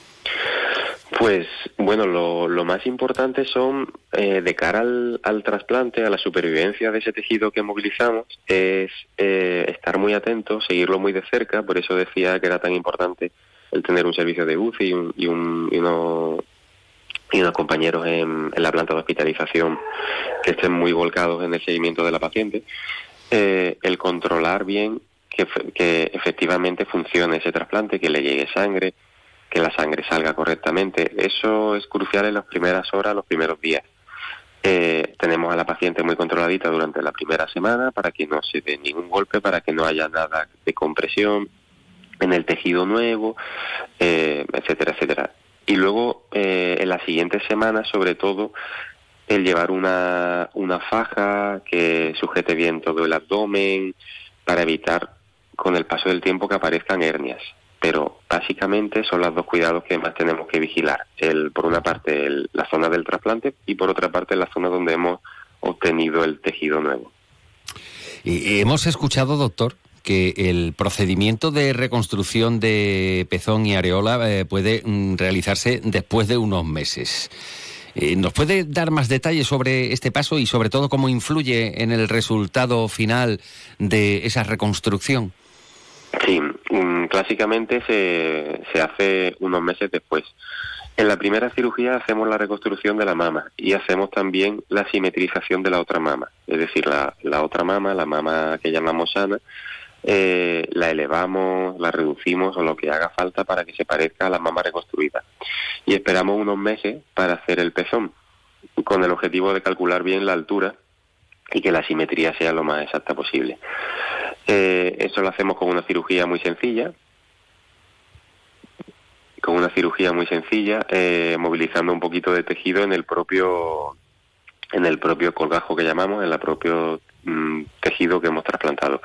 Pues bueno, lo más importante son, de cara al trasplante, a la supervivencia de ese tejido que movilizamos, es estar muy atentos, seguirlo muy de cerca. Por eso decía que era tan importante el tener un servicio de UCI y unos compañeros en la planta de hospitalización que estén muy volcados en el seguimiento de la paciente. El controlar bien que efectivamente funcione ese trasplante, que le llegue sangre, que la sangre salga correctamente. Eso es crucial en las primeras horas, los primeros días. Tenemos a la paciente muy controladita durante la primera semana para que no se dé ningún golpe, para que no haya nada de compresión en el tejido nuevo, etcétera, etcétera. Y luego, en las siguientes semanas, sobre todo, el llevar una faja que sujete bien todo el abdomen para evitar con el paso del tiempo que aparezcan hernias. Pero básicamente son los dos cuidados que más tenemos que vigilar. Por una parte la zona del trasplante y por otra parte la zona donde hemos obtenido el tejido nuevo. Y hemos escuchado, doctor, que el procedimiento de reconstrucción de pezón y areola puede realizarse después de unos meses. ¿Nos puede dar más detalles sobre este paso y sobre todo cómo influye en el resultado final de esa reconstrucción? Sí, clásicamente se hace unos meses después. En la primera cirugía hacemos la reconstrucción de la mama y hacemos también la simetrización de la otra mama. Es decir, la otra mama, la mama que llamamos sana, la elevamos, la reducimos o lo que haga falta para que se parezca a la mama reconstruida. Y esperamos unos meses para hacer el pezón, con el objetivo de calcular bien la altura y que la simetría sea lo más exacta posible. Eso lo hacemos con una cirugía muy sencilla, movilizando un poquito de tejido en el propio colgajo que llamamos, en el propio tejido que hemos trasplantado.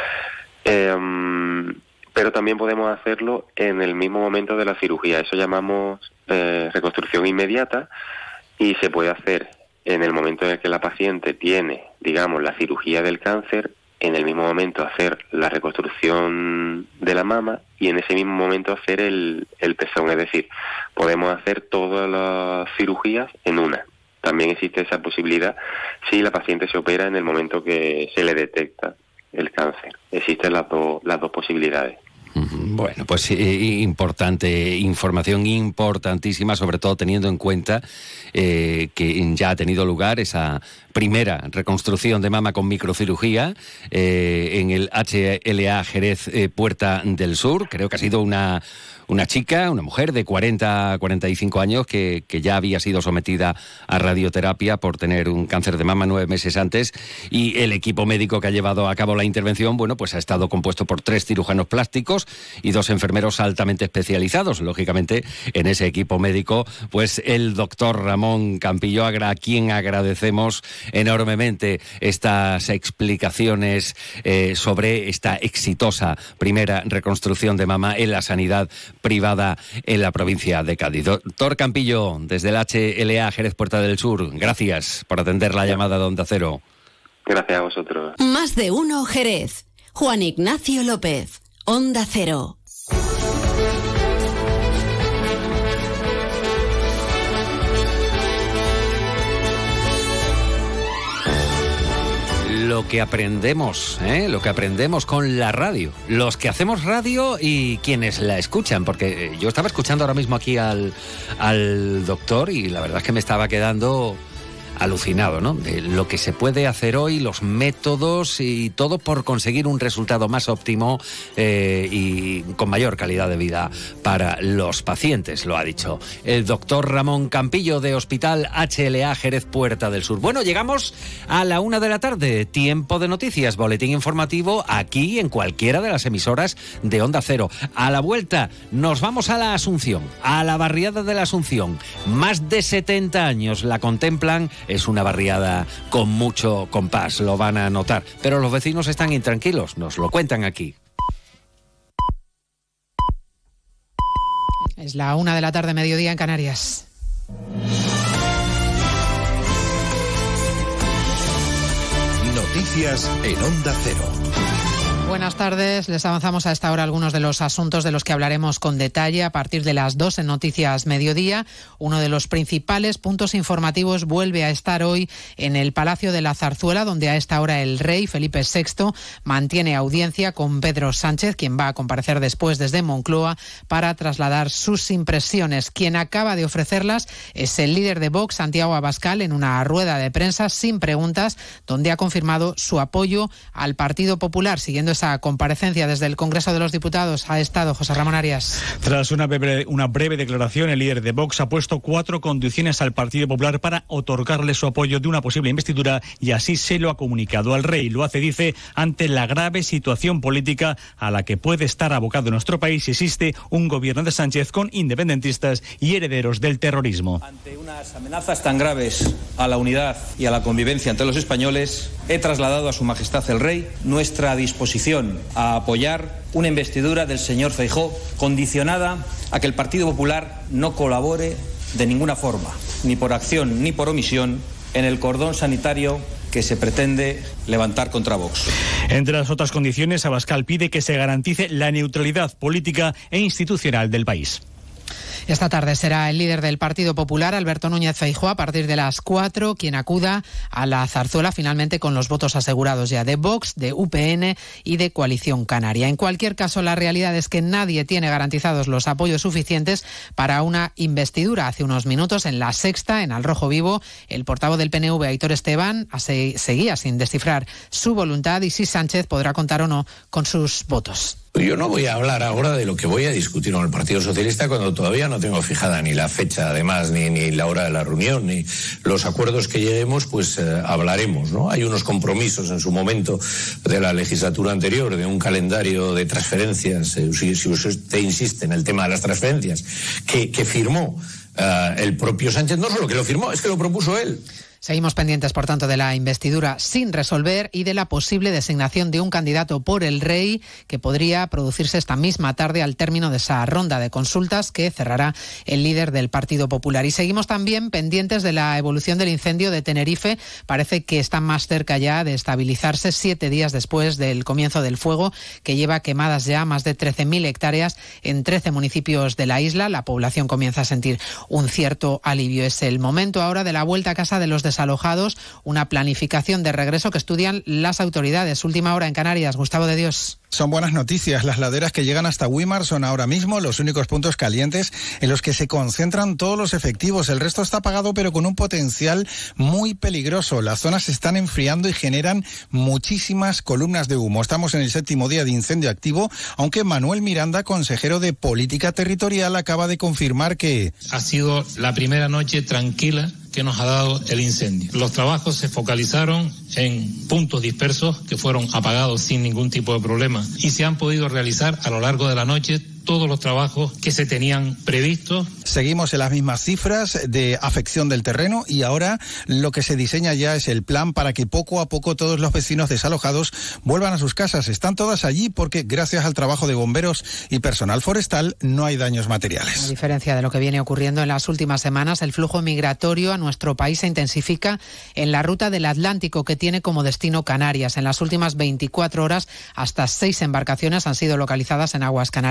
Pero también podemos hacerlo en el mismo momento de la cirugía. Eso llamamos reconstrucción inmediata y se puede hacer en el momento en el que la paciente tiene, digamos, la cirugía del cáncer, en el mismo momento hacer la reconstrucción de la mama y en ese mismo momento hacer el pezón. Es decir, podemos hacer todas las cirugías en una. También existe esa posibilidad si la paciente se opera en el momento que se le detecta el cáncer. Existen las dos posibilidades. Bueno, pues importante, información importantísima, sobre todo teniendo en cuenta que ya ha tenido lugar esa primera reconstrucción de mama con microcirugía en el HLA Jerez Puerta del Sur. Creo que ha sido una chica, una mujer de 40 a 45 años que ya había sido sometida a radioterapia por tener un cáncer de mama 9 meses antes, y el equipo médico que ha llevado a cabo la intervención, bueno, pues ha estado compuesto por 3 cirujanos plásticos y 2 enfermeros altamente especializados. Lógicamente, en ese equipo médico, pues el doctor Ramón Campillo, a quien agradecemos enormemente estas explicaciones sobre esta exitosa primera reconstrucción de mama en la sanidad privada en la provincia de Cádiz. Doctor Campillo, desde el HLA Jerez Puerta del Sur, gracias por atender la llamada de Onda Cero. Gracias a vosotros. Más de uno Jerez. Juan Ignacio López, Onda Cero. Lo que aprendemos con la radio, los que hacemos radio y quienes la escuchan, porque yo estaba escuchando ahora mismo aquí al doctor y la verdad es que me estaba quedando alucinado, ¿no? De lo que se puede hacer hoy, los métodos y todo por conseguir un resultado más óptimo y con mayor calidad de vida para los pacientes, lo ha dicho el doctor Ramón Campillo de Hospital HLA Jerez Puerta del Sur. Bueno, llegamos a la 1 de la tarde, tiempo de noticias, boletín informativo aquí en cualquiera de las emisoras de Onda Cero. A la vuelta nos vamos a la Asunción, a la barriada de la Asunción. Más de 70 años la contemplan, es una barriada con mucho compás, lo van a notar, pero los vecinos están intranquilos, nos lo cuentan aquí. Es la 1 de la tarde, mediodía en Canarias. Noticias en Onda Cero. Buenas tardes. Les avanzamos a esta hora algunos de los asuntos de los que hablaremos con detalle a partir de las 2 en Noticias Mediodía. Uno de los principales puntos informativos vuelve a estar hoy en el Palacio de la Zarzuela, donde a esta hora el rey Felipe VI mantiene audiencia con Pedro Sánchez, quien va a comparecer después desde Moncloa para trasladar sus impresiones. Quien acaba de ofrecerlas es el líder de Vox, Santiago Abascal, en una rueda de prensa sin preguntas, donde ha confirmado su apoyo al Partido Popular, siguiendo esa comparecencia desde el Congreso de los Diputados. Ha estado José Ramón Arias. Tras una breve declaración, el líder de Vox ha puesto 4 condiciones al Partido Popular para otorgarle su apoyo de una posible investidura y así se lo ha comunicado al rey. Lo hace, dice, ante la grave situación política a la que puede estar abocado nuestro país si existe un gobierno de Sánchez con independentistas y herederos del terrorismo. Ante unas amenazas tan graves a la unidad y a la convivencia entre los españoles, he trasladado a Su Majestad el Rey nuestra disposición a apoyar una investidura del señor Feijóo condicionada a que el Partido Popular no colabore de ninguna forma, ni por acción ni por omisión, en el cordón sanitario que se pretende levantar contra Vox. Entre las otras condiciones, Abascal pide que se garantice la neutralidad política e institucional del país. Esta tarde será el líder del Partido Popular, Alberto Núñez Feijóo, a partir de las 4, quien acuda a la Zarzuela finalmente con los votos asegurados ya de Vox, de UPN y de Coalición Canaria. En cualquier caso, la realidad es que nadie tiene garantizados los apoyos suficientes para una investidura. Hace unos minutos, en La Sexta, en Al Rojo Vivo, el portavoz del PNV, Aitor Esteban, seguía sin descifrar su voluntad y si Sánchez podrá contar o no con sus votos. Yo no voy a hablar ahora de lo que voy a discutir con el Partido Socialista cuando todavía no tengo fijada ni la fecha, además, ni la hora de la reunión, ni los acuerdos que lleguemos, pues hablaremos, ¿no? Hay unos compromisos en su momento de la legislatura anterior, de un calendario de transferencias, si usted insiste en el tema de las transferencias, que firmó el propio Sánchez. No solo que lo firmó, es que lo propuso él. Seguimos pendientes, por tanto, de la investidura sin resolver y de la posible designación de un candidato por el rey que podría producirse esta misma tarde al término de esa ronda de consultas que cerrará el líder del Partido Popular. Y seguimos también pendientes de la evolución del incendio de Tenerife. Parece que está más cerca ya de estabilizarse 7 días después del comienzo del fuego, que lleva quemadas ya más de 13.000 hectáreas en 13 municipios de la isla. La población comienza a sentir un cierto alivio. Es el momento ahora de la vuelta a casa de los desalojados, una planificación de regreso que estudian las autoridades. Última hora en Canarias, Gustavo de Dios. Son buenas noticias. Las laderas que llegan hasta Güímar son ahora mismo los únicos puntos calientes en los que se concentran todos los efectivos. El resto está apagado, pero con un potencial muy peligroso. Las zonas se están enfriando y generan muchísimas columnas de humo. Estamos en el 7º día de incendio activo, aunque Manuel Miranda, consejero de Política Territorial, acaba de confirmar que ha sido la primera noche tranquila que nos ha dado el incendio. Los trabajos se focalizaron en puntos dispersos que fueron apagados sin ningún tipo de problema y se han podido realizar a lo largo de la noche todos los trabajos que se tenían previstos. Seguimos en las mismas cifras de afección del terreno y ahora lo que se diseña ya es el plan para que poco a poco todos los vecinos desalojados vuelvan a sus casas. Están todas allí porque gracias al trabajo de bomberos y personal forestal no hay daños materiales. A diferencia de lo que viene ocurriendo en las últimas semanas, el flujo migratorio a nuestro país se intensifica en la ruta del Atlántico que tiene como destino Canarias. En las últimas 24 horas hasta 6 embarcaciones han sido localizadas en aguas canarias, donde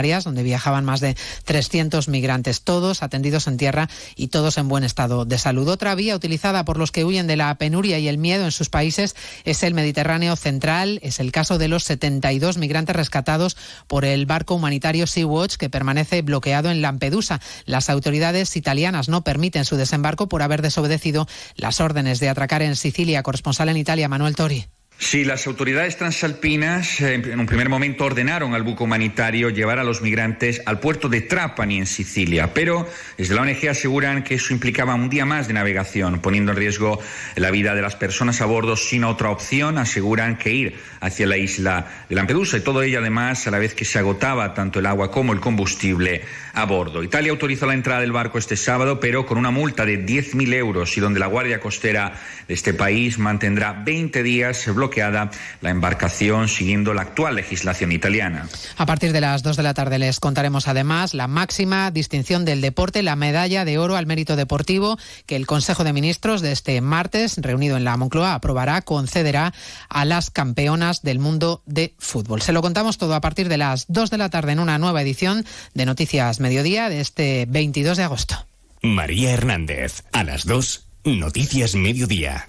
viajaban más de 300 migrantes, todos atendidos en tierra y todos en buen estado de salud. Otra vía utilizada por los que huyen de la penuria y el miedo en sus países es el Mediterráneo central. Es el caso de los 72 migrantes rescatados por el barco humanitario Sea-Watch, que permanece bloqueado en Lampedusa. Las autoridades italianas no permiten su desembarco por haber desobedecido las órdenes de atracar en Sicilia. Corresponsal en Italia, Manuel Tori. Sí, las autoridades transalpinas en un primer momento ordenaron al buque humanitario llevar a los migrantes al puerto de Trapani, en Sicilia, pero desde la ONG aseguran que eso implicaba un día más de navegación, poniendo en riesgo la vida de las personas a bordo sin otra opción. Aseguran que ir hacia la isla de Lampedusa, y todo ello además a la vez que se agotaba tanto el agua como el combustible a bordo. Italia autorizó la entrada del barco este sábado, pero con una multa de 10.000 euros, y donde la Guardia Costera de este país mantendrá 20 días bloqueada la embarcación, siguiendo la actual legislación italiana. A partir de las 2 de la tarde les contaremos además la máxima distinción del deporte, la medalla de oro al mérito deportivo, que el Consejo de Ministros de este martes, reunido en la Moncloa, concederá a las campeonas del mundo de fútbol. Se lo contamos todo a partir de las 2 de la tarde en una nueva edición de Noticias Mediodía de este 22 de agosto. María Hernández, a las 2, Noticias Mediodía.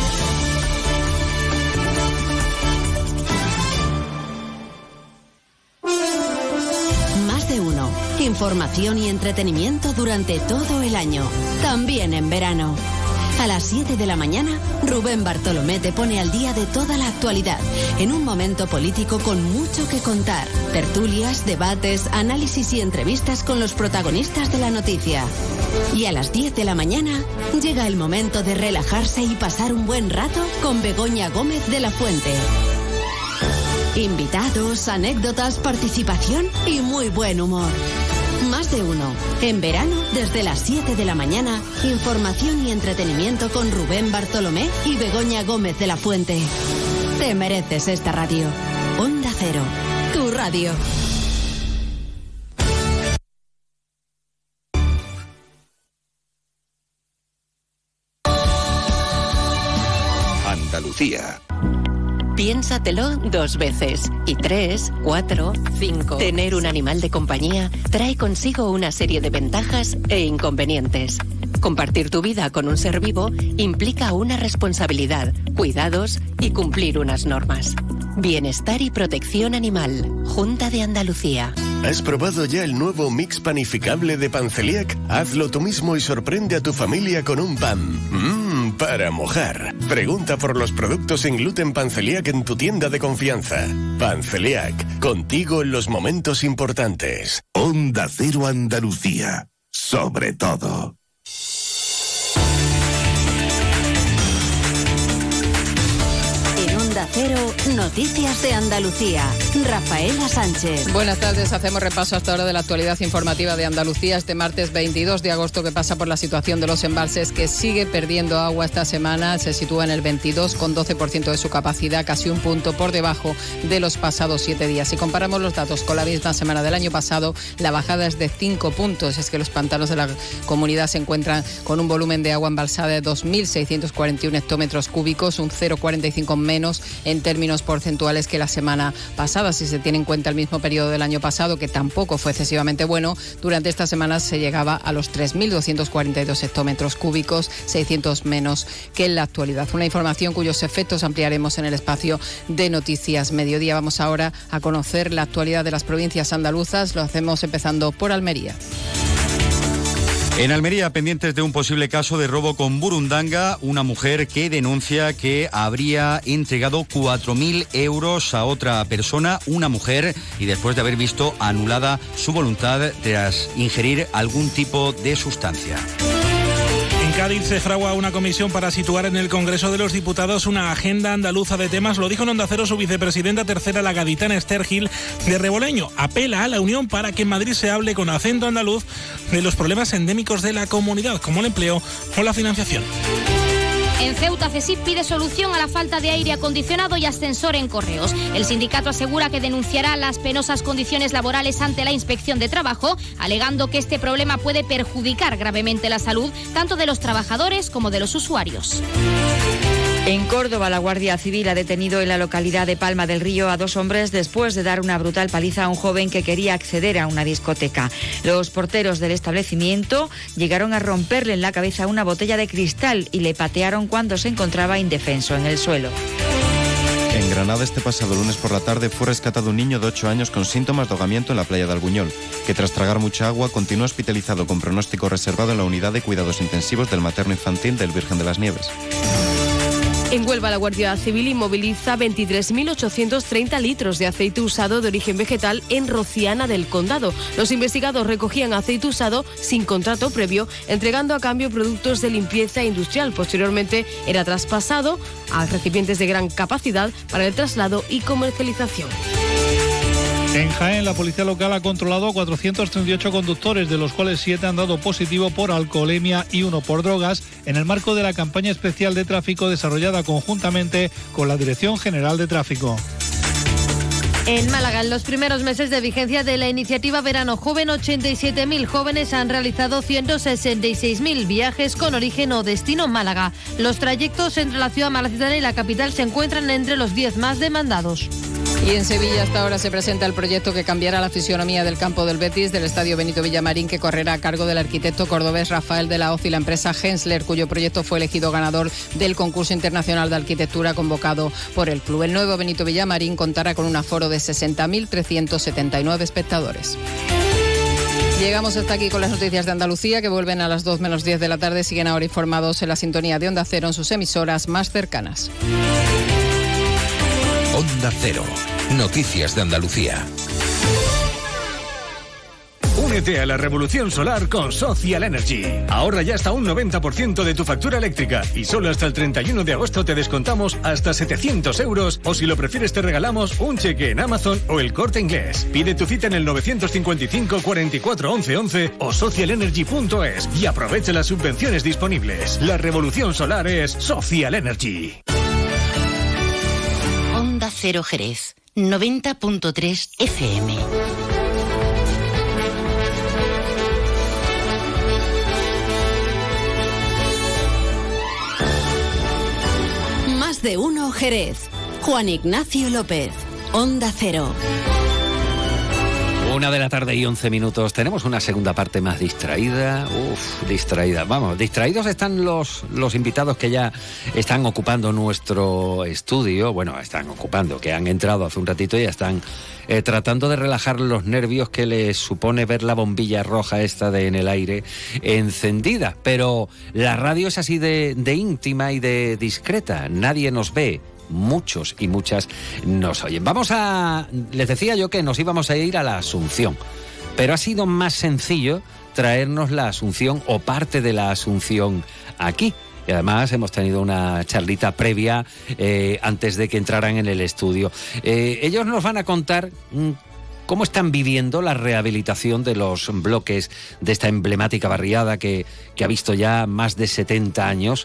Más de uno. Información y entretenimiento durante todo el año. También en verano. A las 7 de la mañana, Rubén Bartolomé te pone al día de toda la actualidad, en un momento político con mucho que contar. Tertulias, debates, análisis y entrevistas con los protagonistas de la noticia. Y a las 10 de la mañana, llega el momento de relajarse y pasar un buen rato con Begoña Gómez de la Fuente. Invitados, anécdotas, participación y muy buen humor. Más de uno. En verano, desde las 7 de la mañana, información y entretenimiento con Rubén Bartolomé y Begoña Gómez de la Fuente. Te mereces esta radio. Onda Cero, tu radio. Andalucía. Piénsatelo 2 veces. Y 3, 4, 5. Tener un animal de compañía trae consigo una serie de ventajas e inconvenientes. Compartir tu vida con un ser vivo implica una responsabilidad, cuidados y cumplir unas normas. Bienestar y protección animal. Junta de Andalucía. ¿Has probado ya el nuevo mix panificable de Panceliac? Hazlo tú mismo y sorprende a tu familia con un pan. Para mojar. Pregunta por los productos sin gluten Panceliac en tu tienda de confianza. Panceliac, contigo en los momentos importantes. Onda Cero Andalucía. Sobre todo. Onda Cero, Noticias de Andalucía. Rafaela Sánchez. Buenas tardes, hacemos repaso hasta ahora de la actualidad informativa de Andalucía este martes 22 de agosto, que pasa por la situación de los embalses, que sigue perdiendo agua esta semana. Se sitúa en el 22,12% de su capacidad, casi un punto por debajo de los pasados 7 días. Si comparamos los datos con la misma semana del año pasado, la bajada es de 5 puntos. Es que los pantanos de la comunidad se encuentran con un volumen de agua embalsada de 2.641 hectómetros cúbicos, un 0,45 menos en términos porcentuales que la semana pasada. Si se tiene en cuenta el mismo periodo del año pasado, que tampoco fue excesivamente bueno, durante esta semana se llegaba a los 3.242 hectómetros cúbicos, 600 menos que en la actualidad. Una información cuyos efectos ampliaremos en el espacio de Noticias Mediodía. Vamos ahora a conocer la actualidad de las provincias andaluzas. Lo hacemos empezando por Almería. En Almería, pendientes de un posible caso de robo con burundanga, una mujer que denuncia que habría entregado 4.000 euros a otra persona, una mujer, y después de haber visto anulada su voluntad tras ingerir algún tipo de sustancia. En Cádiz se fragua una comisión para situar en el Congreso de los Diputados una agenda andaluza de temas. Lo dijo en Onda Cero su vicepresidenta tercera, la gaditana Esther Gil de Reboleño. Apela a la Unión para que en Madrid se hable con acento andaluz de los problemas endémicos de la comunidad, como el empleo o la financiación. En Ceuta, CESIF pide solución a la falta de aire acondicionado y ascensor en Correos. El sindicato asegura que denunciará las penosas condiciones laborales ante la Inspección de Trabajo, alegando que este problema puede perjudicar gravemente la salud tanto de los trabajadores como de los usuarios. En Córdoba, la Guardia Civil ha detenido en la localidad de Palma del Río a 2 hombres después de dar una brutal paliza a un joven que quería acceder a una discoteca. Los porteros del establecimiento llegaron a romperle en la cabeza una botella de cristal y le patearon cuando se encontraba indefenso en el suelo. En Granada, este pasado lunes por la tarde, fue rescatado un niño de 8 años con síntomas de ahogamiento en la playa de Albuñol, que tras tragar mucha agua continúa hospitalizado con pronóstico reservado en la unidad de cuidados intensivos del materno infantil del Virgen de las Nieves. En Huelva, la Guardia Civil inmoviliza 23.830 litros de aceite usado de origen vegetal en Rociana del Condado. Los investigados recogían aceite usado sin contrato previo, entregando a cambio productos de limpieza industrial. Posteriormente era traspasado a recipientes de gran capacidad para el traslado y comercialización. En Jaén, la policía local ha controlado a 438 conductores, de los cuales 7 han dado positivo por alcoholemia y 1 por drogas, en el marco de la campaña especial de tráfico desarrollada conjuntamente con la Dirección General de Tráfico. En Málaga, en los primeros meses de vigencia de la iniciativa Verano Joven, 87.000 jóvenes han realizado 166.000 viajes con origen o destino Málaga. Los trayectos entre la ciudad malacitana y la capital se encuentran entre los 10 más demandados. Y en Sevilla hasta ahora se presenta el proyecto que cambiará la fisonomía del campo del Betis, del Estadio Benito Villamarín, que correrá a cargo del arquitecto cordobés Rafael de la Hoz y la empresa Hensler, cuyo proyecto fue elegido ganador del concurso internacional de arquitectura convocado por el club. El nuevo Benito Villamarín contará con un aforo de 60.379 espectadores. Llegamos hasta aquí con las noticias de Andalucía, que vuelven a las 2 menos 10 de la tarde. Siguen ahora informados en la sintonía de Onda Cero en sus emisoras más cercanas. Onda Cero. Noticias de Andalucía. Únete a la revolución solar con Social Energy. Ahorra ya hasta un 90% de tu factura eléctrica y solo hasta el 31 de agosto te descontamos hasta 700 euros, o si lo prefieres te regalamos un cheque en Amazon o el Corte Inglés. Pide tu cita en el 955 44 11 11 o socialenergy.es y aprovecha las subvenciones disponibles. La revolución solar es Social Energy. Onda Cero Jerez, 90.3 FM. Más de uno Jerez. Juan Ignacio López, Onda Cero. 1 de la tarde y 11 minutos. Tenemos una segunda parte más distraída. Distraída. Vamos, distraídos están los invitados que ya están ocupando nuestro estudio. Bueno, están ocupando, que han entrado hace un ratito y ya están tratando de relajar los nervios que les supone ver la bombilla roja esta en el aire encendida. Pero la radio es así de íntima y de discreta. Nadie nos ve. Muchos y muchas nos oyen. Les decía yo que nos íbamos a ir a la Asunción, pero ha sido más sencillo traernos la Asunción o parte de la Asunción aquí. Y además hemos tenido una charlita previa antes de que entraran en el estudio. Ellos nos van a contar cómo están viviendo la rehabilitación de los bloques de esta emblemática barriada que ha visto ya más de 70 años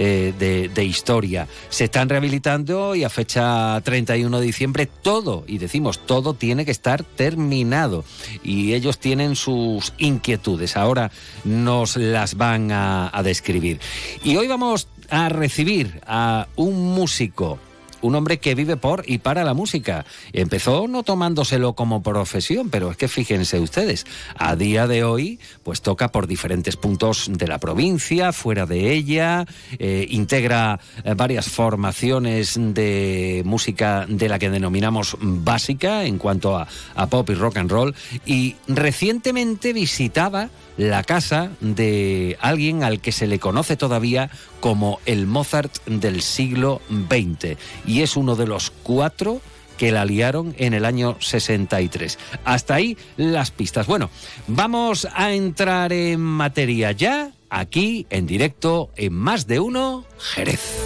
de historia. Se están rehabilitando y a fecha 31 de diciembre todo, y decimos todo, tiene que estar terminado. Y ellos tienen sus inquietudes. Ahora nos las van a describir. Y hoy vamos a recibir a un músico, un hombre que vive por y para la música. Empezó no tomándoselo como profesión, pero es que fíjense ustedes, a día de hoy pues toca por diferentes puntos de la provincia, fuera de ella, integra varias formaciones de música de la que denominamos básica en cuanto a pop y rock and roll, y recientemente visitaba la casa de alguien al que se le conoce todavía como el Mozart del siglo XX, y es uno de los 4 que la liaron en el año 63. Hasta ahí las pistas. Bueno, vamos a entrar en materia ya, aquí en directo en Más de Uno Jerez.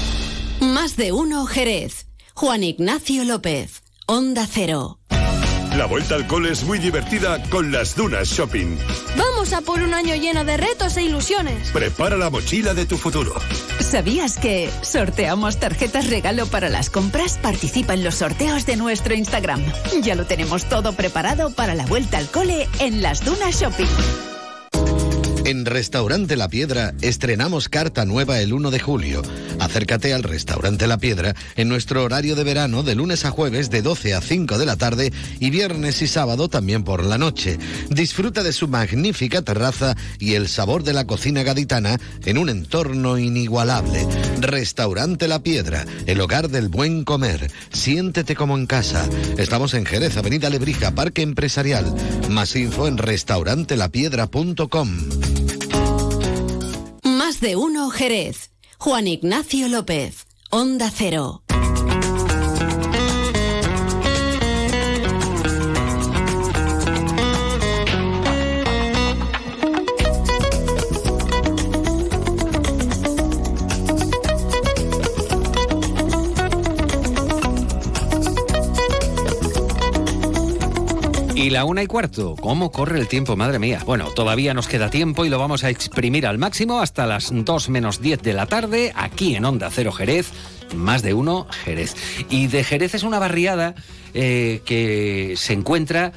Más de uno Jerez. Juan Ignacio López, Onda Cero. La vuelta al cole es muy divertida con Las Dunas Shopping. Vamos a por un año lleno de retos e ilusiones. Prepara la mochila de tu futuro. ¿Sabías que sorteamos tarjetas regalo para las compras? Participa en los sorteos de nuestro Instagram. Ya lo tenemos todo preparado para la vuelta al cole en Las Dunas Shopping. En Restaurante La Piedra estrenamos carta nueva el 1 de julio. Acércate al Restaurante La Piedra en nuestro horario de verano de lunes a jueves de 12 a 5 de la tarde y viernes y sábado también por la noche. Disfruta de su magnífica terraza y el sabor de la cocina gaditana en un entorno inigualable. Restaurante La Piedra, el hogar del buen comer. Siéntete como en casa. Estamos en Jerez, Avenida Lebrija, Parque Empresarial. Más info en restaurantelappiedra.com. Más de uno Jerez. Juan Ignacio López, Onda Cero. Y la 1:15, ¿cómo corre el tiempo, madre mía? Bueno, todavía nos queda tiempo y lo vamos a exprimir al máximo hasta las 2 menos 10 de la tarde, aquí en Onda Cero Jerez, Más de uno Jerez. Y de Jerez es una barriada que se encuentra,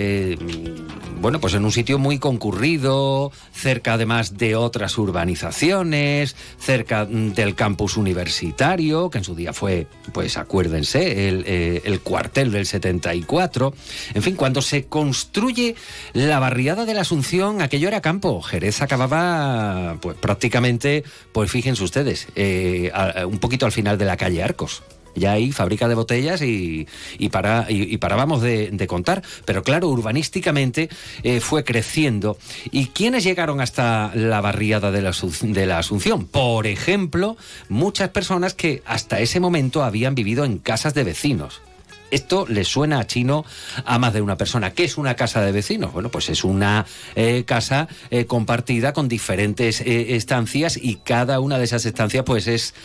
bueno, pues en un sitio muy concurrido, cerca además de otras urbanizaciones, cerca del campus universitario, que en su día fue, pues acuérdense, el cuartel del 74. En fin, cuando se construye la barriada de la Asunción, aquello era campo. Jerez acababa, pues prácticamente, pues fíjense ustedes, un poquito al final de la calle Arcos. Ya hay fábrica de botellas y parábamos de contar. Pero claro, urbanísticamente fue creciendo. ¿Y quiénes llegaron hasta la barriada de la Asunción? Por ejemplo, muchas personas que hasta ese momento habían vivido en casas de vecinos. Esto le suena a chino a más de una persona. ¿Qué es una casa de vecinos? Bueno, pues es una casa compartida con diferentes estancias y cada una de esas estancias pues es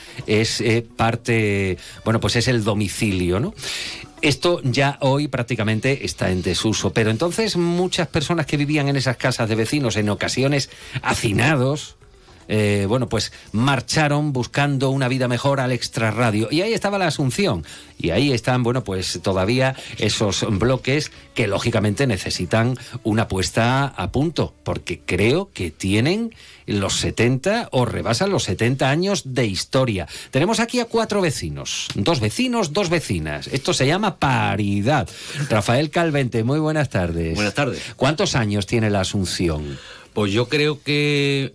parte, bueno, pues es el domicilio, ¿no? Esto ya hoy prácticamente está en desuso, pero entonces muchas personas que vivían en esas casas de vecinos, en ocasiones hacinados, bueno, pues marcharon buscando una vida mejor al extrarradio. Y ahí estaba la Asunción. Y ahí están, bueno, pues todavía esos bloques que lógicamente necesitan una puesta a punto, porque creo que tienen los 70 o rebasan los 70 años de historia. Tenemos aquí a 4 vecinos, 2 vecinos, 2 vecinas. Esto se llama paridad. Rafael Calvente, muy buenas tardes. Buenas tardes. ¿Cuántos años tiene la Asunción? Pues yo creo que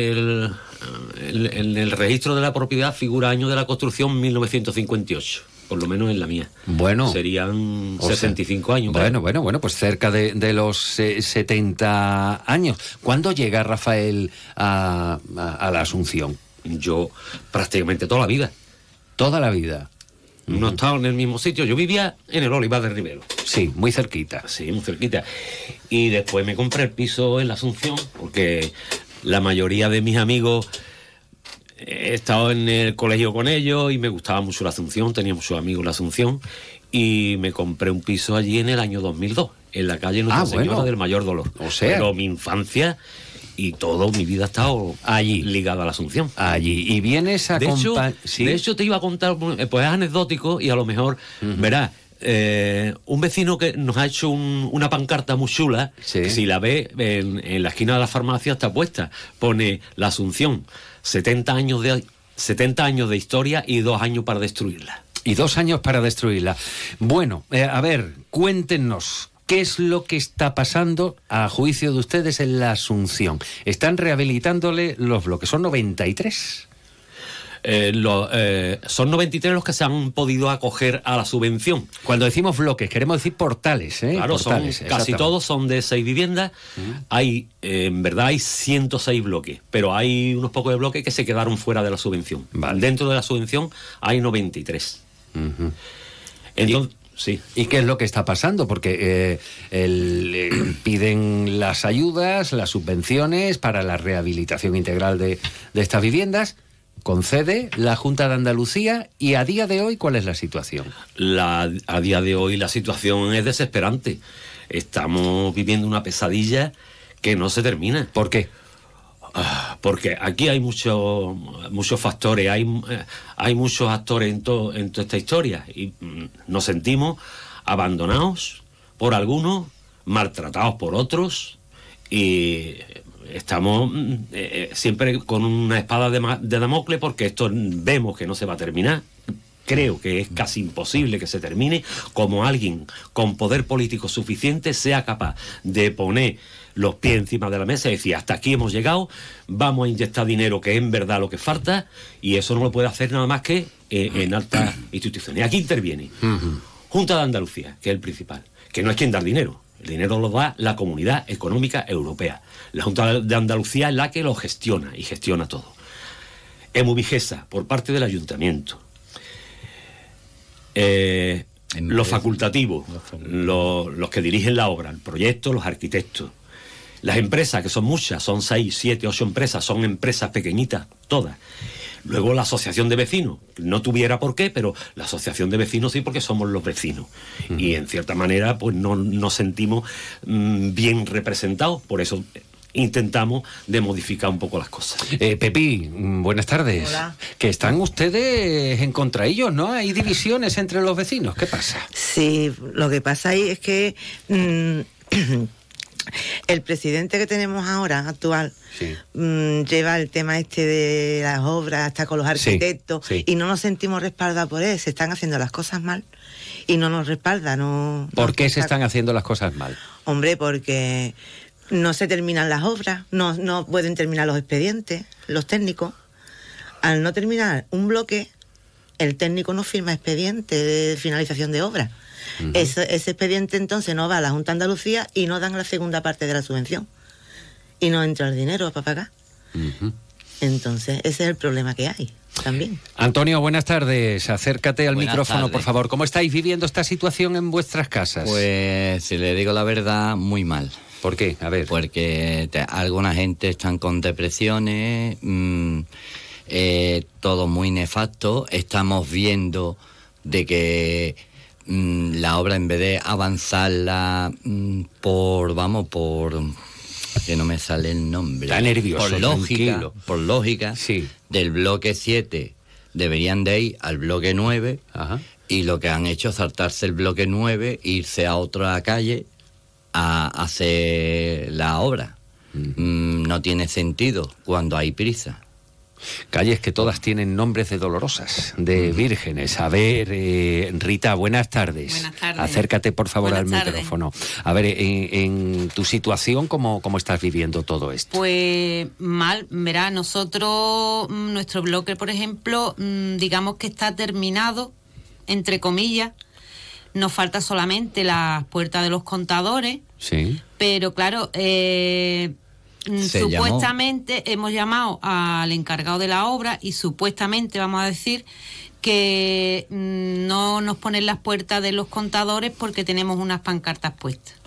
en el registro de la propiedad figura año de la construcción 1958, por lo menos en la mía. Bueno. Serían 65 años. Bueno, pues cerca de los 70 años. ¿Cuándo llega Rafael a la Asunción? Yo prácticamente toda la vida. ¿Toda la vida? No he estado en el mismo sitio. Yo vivía en el Olivar de Rivero. Sí, muy cerquita. Sí, muy cerquita. Y después me compré el piso en la Asunción, porque la mayoría de mis amigos he estado en el colegio con ellos y me gustaba mucho la Asunción, tenía muchos amigos en la Asunción, y me compré un piso allí en el año 2002, en la calle Nuestra Señora del Mayor Dolor. O sea, pero mi infancia y toda mi vida ha estado allí, ligada a la Asunción. Allí. Y vienes a... De hecho, te iba a contar, pues es anecdótico y a lo mejor, verás, un vecino que nos ha hecho una pancarta muy chula, que si la ve en la esquina de la farmacia está puesta, pone la Asunción, 70 años de historia y 2 años para destruirla. Y 2 años para destruirla. Bueno, a ver, cuéntenos, ¿qué es lo que está pasando a juicio de ustedes en la Asunción? ¿Están rehabilitándole los bloques? ¿Son 93? Son 93 los que se han podido acoger a la subvención. Cuando decimos bloques, queremos decir portales, ¿eh? Claro, portales, casi todos son de 6 viviendas. Hay, en verdad hay 106 bloques, pero hay unos pocos de bloques que se quedaron fuera de la subvención. Vale. Dentro de la subvención hay 93. Entonces... Sí. ¿Y qué es lo que está pasando? Porque piden las ayudas, las subvenciones para la rehabilitación integral de estas viviendas, concede la Junta de Andalucía y a día de hoy, ¿cuál es la situación? A día de hoy la situación es desesperante. Estamos viviendo una pesadilla que no se termina. ¿Por qué? Porque aquí hay muchos factores, hay muchos actores en toda esta historia y nos sentimos abandonados por algunos, maltratados por otros y estamos siempre con una espada de Damocles porque esto vemos que no se va a terminar. Creo que es casi imposible que se termine, como alguien con poder político suficiente sea capaz de poner los pies encima de la mesa y decir, hasta aquí hemos llegado, vamos a inyectar dinero, que es en verdad lo que falta, y eso no lo puede hacer nada más que en altas instituciones. Y aquí interviene Junta de Andalucía, que es el principal, que no es quien da dinero. El dinero lo da la Comunidad Económica Europea. La Junta de Andalucía es la que lo gestiona, y gestiona todo. Emubigesa, por parte del Ayuntamiento. Los facultativos, los que dirigen la obra, el proyecto, los arquitectos. Las empresas, que son muchas, son 6, 7, 8 empresas, son empresas pequeñitas, todas. Luego la asociación de vecinos, no tuviera por qué, pero la asociación de vecinos sí, porque somos los vecinos. Y en cierta manera, pues no nos sentimos bien representados, por eso intentamos de modificar un poco las cosas. Pepi, buenas tardes. Hola. Que están ustedes en contra ellos, ¿no? Hay divisiones entre los vecinos, ¿qué pasa? Sí, lo que pasa ahí es que el presidente que tenemos ahora, actual, lleva el tema de las obras hasta con los arquitectos y no nos sentimos respaldados por él. Se están haciendo las cosas mal y no nos respalda. ¿Por qué se están haciendo las cosas mal? Hombre, porque no se terminan las obras, no pueden terminar los expedientes, los técnicos. Al no terminar un bloque, el técnico no firma expediente de finalización de obra. Ese expediente entonces no va a la Junta de Andalucía y no dan la segunda parte de la subvención. Y no entra el dinero para pagar. Entonces, ese es el problema que hay también. Antonio, buenas tardes. Acércate al micrófono, tardes. por favor. ¿Cómo estáis viviendo esta situación en vuestras casas? Pues, si le digo la verdad, muy mal. ¿Por qué? A ver. Porque alguna gente están con depresiones, todo muy nefasto. Estamos viendo de que la obra, en vez de avanzarla por que no me sale el nombre. Está nervioso, por lógica, del bloque 7 deberían de ir al bloque 9. Y lo que han hecho es saltarse el bloque 9 e irse a otra calle a hacer la obra. No tiene sentido cuando hay prisa. Calles que todas tienen nombres de dolorosas, de vírgenes. A ver, Rita, buenas tardes. Buenas tardes. Acércate, por favor, Buenas al tardes. micrófono. A ver, en tu situación, ¿cómo estás viviendo todo esto? Pues mal, verá, nosotros, nuestro bloque, por ejemplo, digamos que está terminado, entre comillas. Nos falta solamente las puertas de los contadores. Sí. Pero claro, supuestamente hemos llamado al encargado de la obra y supuestamente vamos a decir que no nos ponen las puertas de los contadores porque tenemos unas pancartas puestas.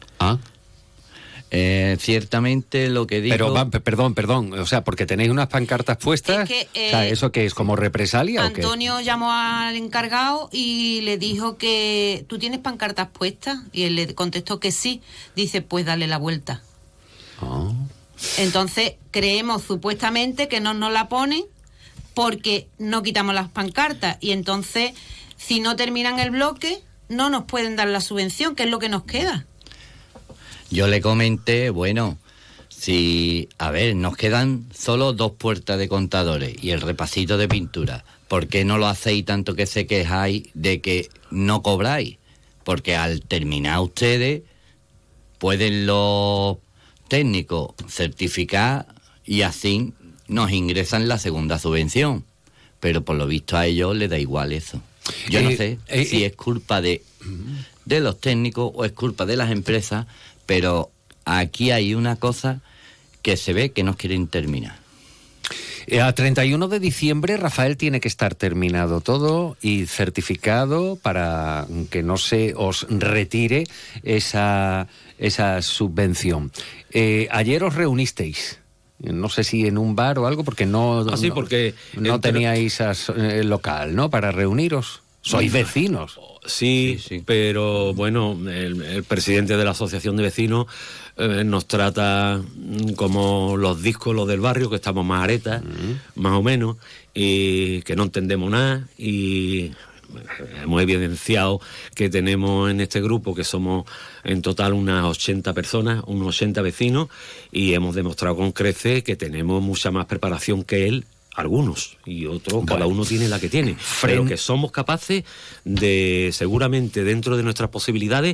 Ciertamente lo que digo... Pero, perdón, o sea, porque tenéis unas pancartas puestas, Es que, o sea, ¿eso qué es, como represalia o qué? Antonio llamó al encargado y le dijo que ¿tú tienes pancartas puestas? Y él le contestó que sí. Dice, pues dale la vuelta. Entonces creemos supuestamente que no nos la ponen porque no quitamos las pancartas y entonces si no terminan el bloque no nos pueden dar la subvención, que es lo que nos queda. Yo le comenté, bueno, nos quedan solo 2 puertas de contadores y el repasito de pintura. ¿Por qué no lo hacéis tanto que se quejáis de que no cobráis? Porque al terminar ustedes pueden los técnicos certificar y así nos ingresan la segunda subvención. Pero por lo visto a ellos les da igual eso. Yo no sé si es culpa de los técnicos o es culpa de las empresas, pero aquí hay una cosa que se ve que no quieren terminar. A 31 de diciembre, Rafael, tiene que estar terminado todo y certificado para que no se os retire esa subvención. Ayer os reunisteis No sé si en un bar o algo, porque porque no teníais local, ¿no? Para reuniros. Sois vecinos. Sí, pero bueno, el presidente de la Asociación de Vecinos nos trata como los díscolos del barrio, que estamos más aretas, más o menos, y que no entendemos nada, y hemos evidenciado que tenemos en este grupo, que somos en total unas 80 personas, unos 80 vecinos, y hemos demostrado con creces que tenemos mucha más preparación que él, algunos, y otros, cada uno tiene la que tiene, pero que somos capaces de, seguramente dentro de nuestras posibilidades,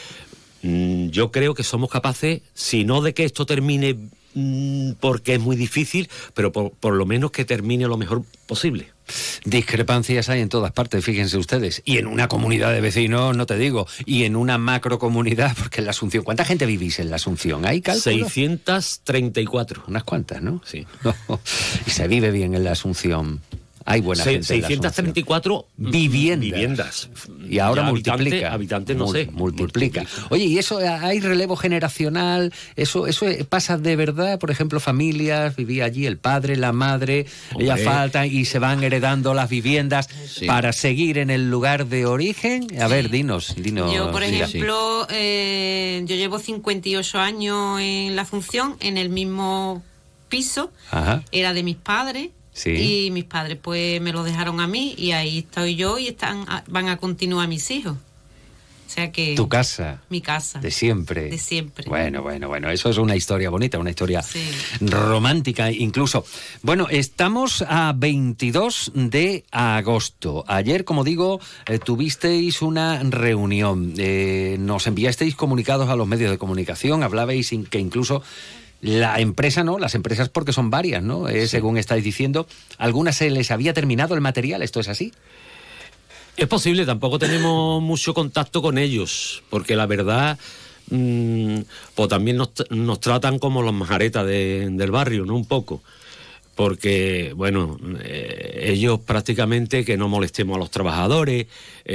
yo creo que somos capaces, si no de que esto termine porque es muy difícil, pero por lo menos que termine lo mejor posible. Discrepancias hay en todas partes, fíjense ustedes, y en una comunidad de vecinos, no te digo, y en una macrocomunidad, porque en la Asunción, ¿cuánta gente vivís en la Asunción? ¿Hay cálculo? 634. Unas cuantas, ¿no? Sí. Y se vive bien en la Asunción. Hay buena gente. 634 viviendas. Y ahora multiplica. Habitantes, no sé. Multiplica. Oye, ¿y eso hay relevo generacional? ¿Eso pasa de verdad? Por ejemplo, familias, vivía allí el padre, la madre, ellas faltan y se van heredando las viviendas para seguir en el lugar de origen. A ver, dinos. Yo, por ejemplo, yo llevo 58 años en la Asunción, en el mismo piso. Ajá. Era de mis padres. Sí. Y mis padres pues me lo dejaron a mí y ahí estoy yo y van a continuar mis hijos. O sea que... ¿Tu casa? Mi casa. ¿De siempre? De siempre. Bueno, eso es una historia bonita, una historia romántica incluso. Bueno, estamos a 22 de agosto. Ayer, como digo, tuvisteis una reunión. Nos enviasteis comunicados a los medios de comunicación, hablabais que incluso... La empresa no, las empresas porque son varias, ¿no? Según estáis diciendo, ¿algunas se les había terminado el material? ¿Esto es así? Es posible, tampoco tenemos mucho contacto con ellos, porque la verdad, pues también nos tratan como los majaretas del barrio, ¿no? Un poco. Porque, bueno, ellos prácticamente que no molestemos a los trabajadores,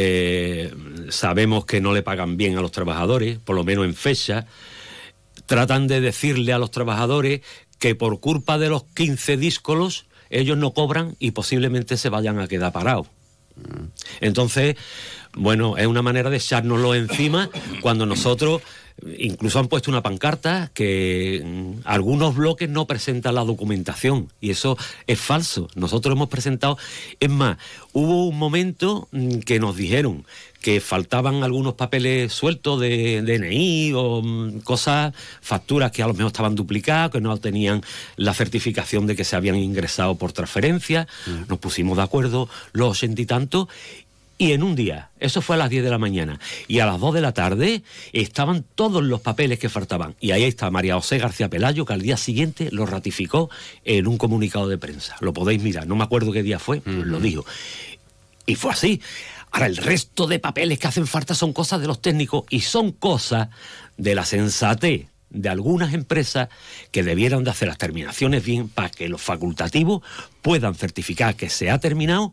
sabemos que no le pagan bien a los trabajadores, por lo menos en fecha. Tratan de decirle a los trabajadores que por culpa de los 15 díscolos ellos no cobran y posiblemente se vayan a quedar parados. Entonces, bueno, es una manera de echárnoslo encima cuando nosotros, incluso han puesto una pancarta que algunos bloques no presentan la documentación y eso es falso. Nosotros hemos presentado, es más, hubo un momento que nos dijeron que faltaban algunos papeles sueltos de DNI o cosas, facturas que a lo mejor estaban duplicadas, que no tenían la certificación de que se habían ingresado por transferencia. Nos pusimos de acuerdo los 80 y tantos y en un día, eso fue a las 10 de la mañana, y a las 2 de la tarde estaban todos los papeles que faltaban. Y ahí está María José García Pelayo, que al día siguiente lo ratificó en un comunicado de prensa. Lo podéis mirar, no me acuerdo qué día fue, pero lo dijo. Y fue así. Ahora, el resto de papeles que hacen falta son cosas de los técnicos y son cosas de la sensatez de algunas empresas que debieran de hacer las terminaciones bien para que los facultativos puedan certificar que se ha terminado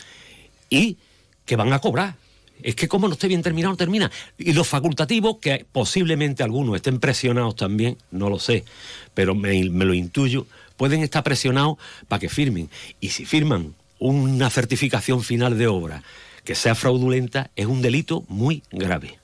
y que van a cobrar. Es que como no esté bien terminado, no termina. Y los facultativos, que posiblemente algunos estén presionados también, no lo sé, pero me lo intuyo, pueden estar presionados para que firmen. Y si firman una certificación final de obra que sea fraudulenta, es un delito muy grave.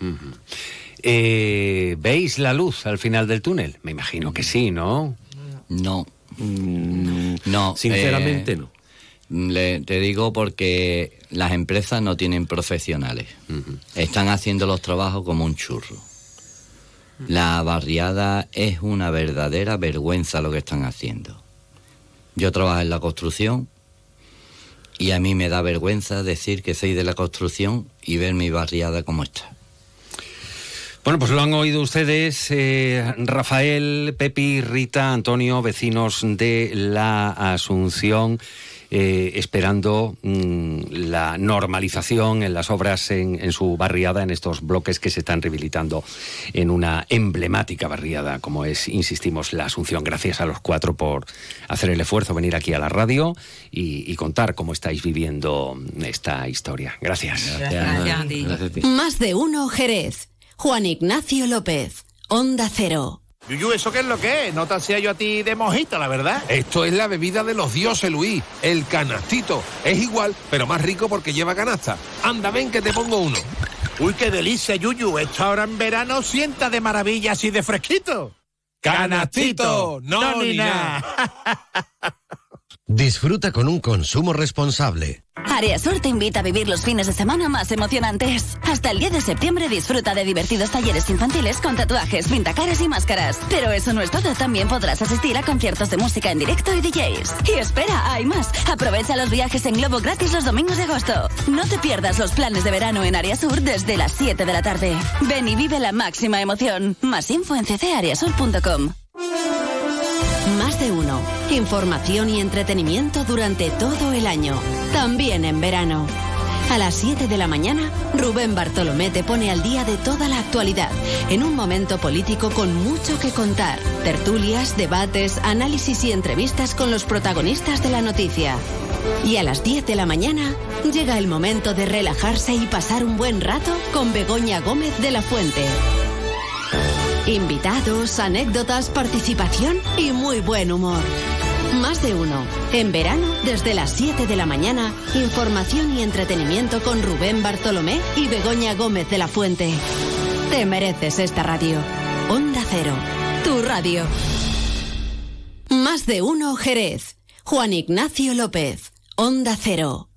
¿Veis la luz al final del túnel? Me imagino que sí, ¿no? No. No. Sinceramente no. Te digo porque las empresas no tienen profesionales. Están haciendo los trabajos como un churro. La barriada es una verdadera vergüenza lo que están haciendo. Yo trabajo en la construcción y a mí me da vergüenza decir que soy de la construcción y ver mi barriada como está. Bueno, pues lo han oído ustedes, Rafael, Pepi, Rita, Antonio, vecinos de la Asunción, esperando la normalización en las obras en su barriada, en estos bloques que se están rehabilitando en una emblemática barriada como es, insistimos, la Asunción. Gracias a los cuatro por hacer el esfuerzo, venir aquí a la radio y contar cómo estáis viviendo esta historia. Gracias. Gracias a ti. Más de uno Jerez. Juan Ignacio López, Onda Cero. Yuyu, ¿eso qué es lo que es? No te hacía yo a ti de mojito, la verdad. Esto es la bebida de los dioses, Luis. El canastito. Es igual, pero más rico porque lleva canasta. Anda, ven que te pongo uno. Uy, qué delicia, Yuyu. Esto ahora en verano sienta de maravilla así de fresquito. ¡Canastito! ¡No, ni nada! Disfruta con un consumo responsable. Areasur te invita a vivir los fines de semana más emocionantes. Hasta el 10 de septiembre disfruta de divertidos talleres infantiles con tatuajes, pintacaras y máscaras. Pero eso no es todo, también podrás asistir a conciertos de música en directo y DJs. Y espera, hay más. Aprovecha los viajes en globo gratis los domingos de agosto. No te pierdas los planes de verano en Areasur desde las 7 de la tarde. Ven y vive la máxima emoción. Más info en ccareasur.com. Más de uno. Información y entretenimiento durante todo el año. También en verano. A las 7 de la mañana, Rubén Bartolomé te pone al día de toda la actualidad, en un momento político con mucho que contar. Tertulias, debates, análisis y entrevistas con los protagonistas de la noticia. Y a las 10 de la mañana, llega el momento de relajarse y pasar un buen rato con Begoña Gómez de la Fuente. Invitados, anécdotas, participación y muy buen humor. Más de uno. En verano, desde las 7 de la mañana, información y entretenimiento con Rubén Bartolomé y Begoña Gómez de la Fuente. Te mereces esta radio. Onda Cero, tu radio. Más de uno Jerez. Juan Ignacio López. Onda Cero.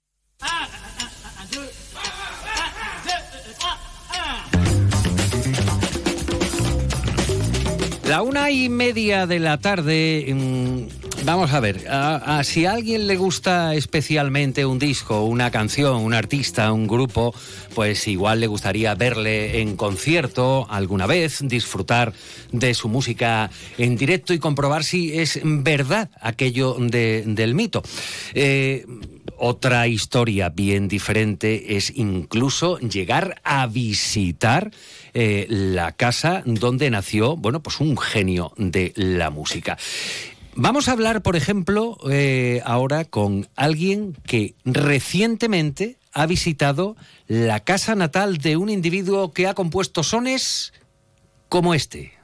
La 1:30 de la tarde. Vamos a ver, si a alguien le gusta especialmente un disco, una canción, un artista, un grupo, pues igual le gustaría verle en concierto alguna vez, disfrutar de su música en directo y comprobar si es verdad aquello del mito. Otra historia bien diferente es incluso llegar a visitar la casa donde nació, pues un genio de la música. Vamos a hablar, por ejemplo, ahora con alguien que recientemente ha visitado la casa natal de un individuo que ha compuesto sones como este.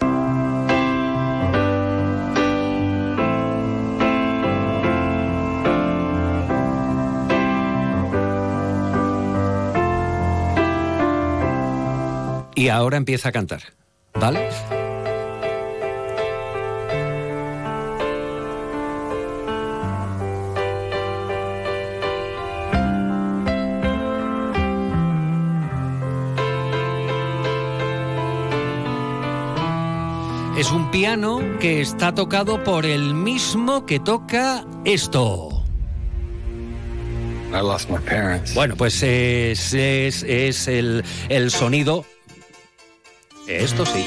Y ahora empieza a cantar, ¿vale? Es un piano que está tocado por el mismo que toca esto. I lost my parents. Bueno, pues es el sonido. Esto sí.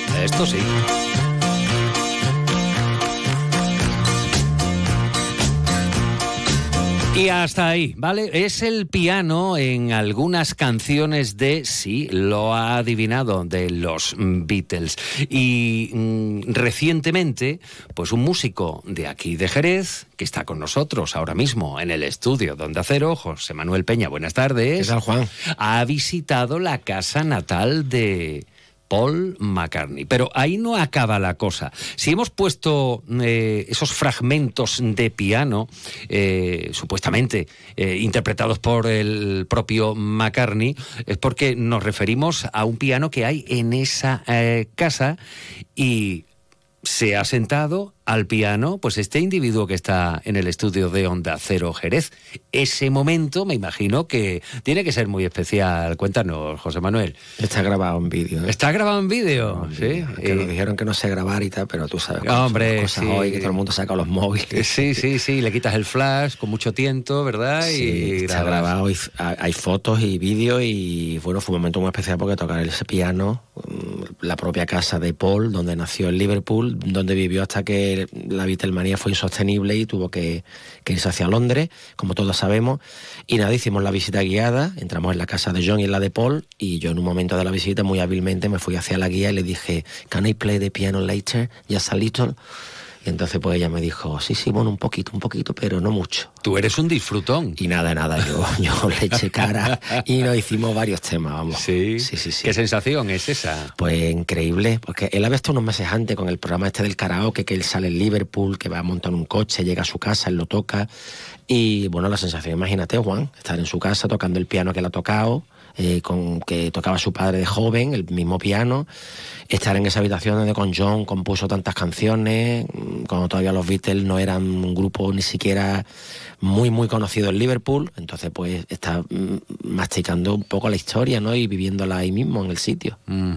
Y hasta ahí, ¿vale? Es el piano en algunas canciones de, sí, lo ha adivinado, de los Beatles. Y recientemente, pues un músico de aquí de Jerez, que está con nosotros ahora mismo en el estudio de Onda Cero, José Manuel Peña, buenas tardes. ¿Qué tal, Juan? Ha visitado la casa natal de Paul McCartney. Pero ahí no acaba la cosa. Si hemos puesto esos fragmentos de piano, supuestamente interpretados por el propio McCartney, es porque nos referimos a un piano que hay en esa casa y se ha sentado al piano, pues este individuo que está en el estudio de Onda Cero Jerez. Ese momento, me imagino que tiene que ser muy especial. Cuéntanos, José Manuel. Está grabado en vídeo. ¿Está grabado en vídeo? Sí. Que nos dijeron que no sé grabar y tal, pero tú sabes cómo son las cosas sí. Hoy, que todo el mundo saca los móviles. Sí, le quitas el flash con mucho tiento, ¿verdad? Sí, y está grabado, y hay fotos y vídeos y bueno, fue un momento muy especial porque tocar ese piano, la propia casa de Paul, donde nació en Liverpool, donde vivió hasta que la Beatlemanía fue insostenible y tuvo que irse hacia Londres, como todos sabemos. Y nada, hicimos la visita guiada, entramos en la casa de John y en la de Paul, y yo en un momento de la visita muy hábilmente me fui hacia la guía y le dije, "Can I play the piano later, just a little?" Y entonces pues ella me dijo, sí, bueno, un poquito, pero no mucho. Tú eres un disfrutón. Y nada, yo le eché cara y nos hicimos varios temas, vamos. Sí. ¿Qué sensación es esa? Pues increíble, porque él había estado unos meses antes con el programa este del karaoke, que él sale en Liverpool, que va a montar un coche, llega a su casa, él lo toca. Y bueno, la sensación, imagínate, Juan, estar en su casa tocando el piano que él ha tocado, que tocaba su padre de joven, el mismo piano, estar en esa habitación donde con John compuso tantas canciones, cuando todavía los Beatles no eran un grupo ni siquiera muy conocido en Liverpool. Entonces pues está masticando un poco la historia, ¿no? Y viviéndola ahí mismo en el sitio.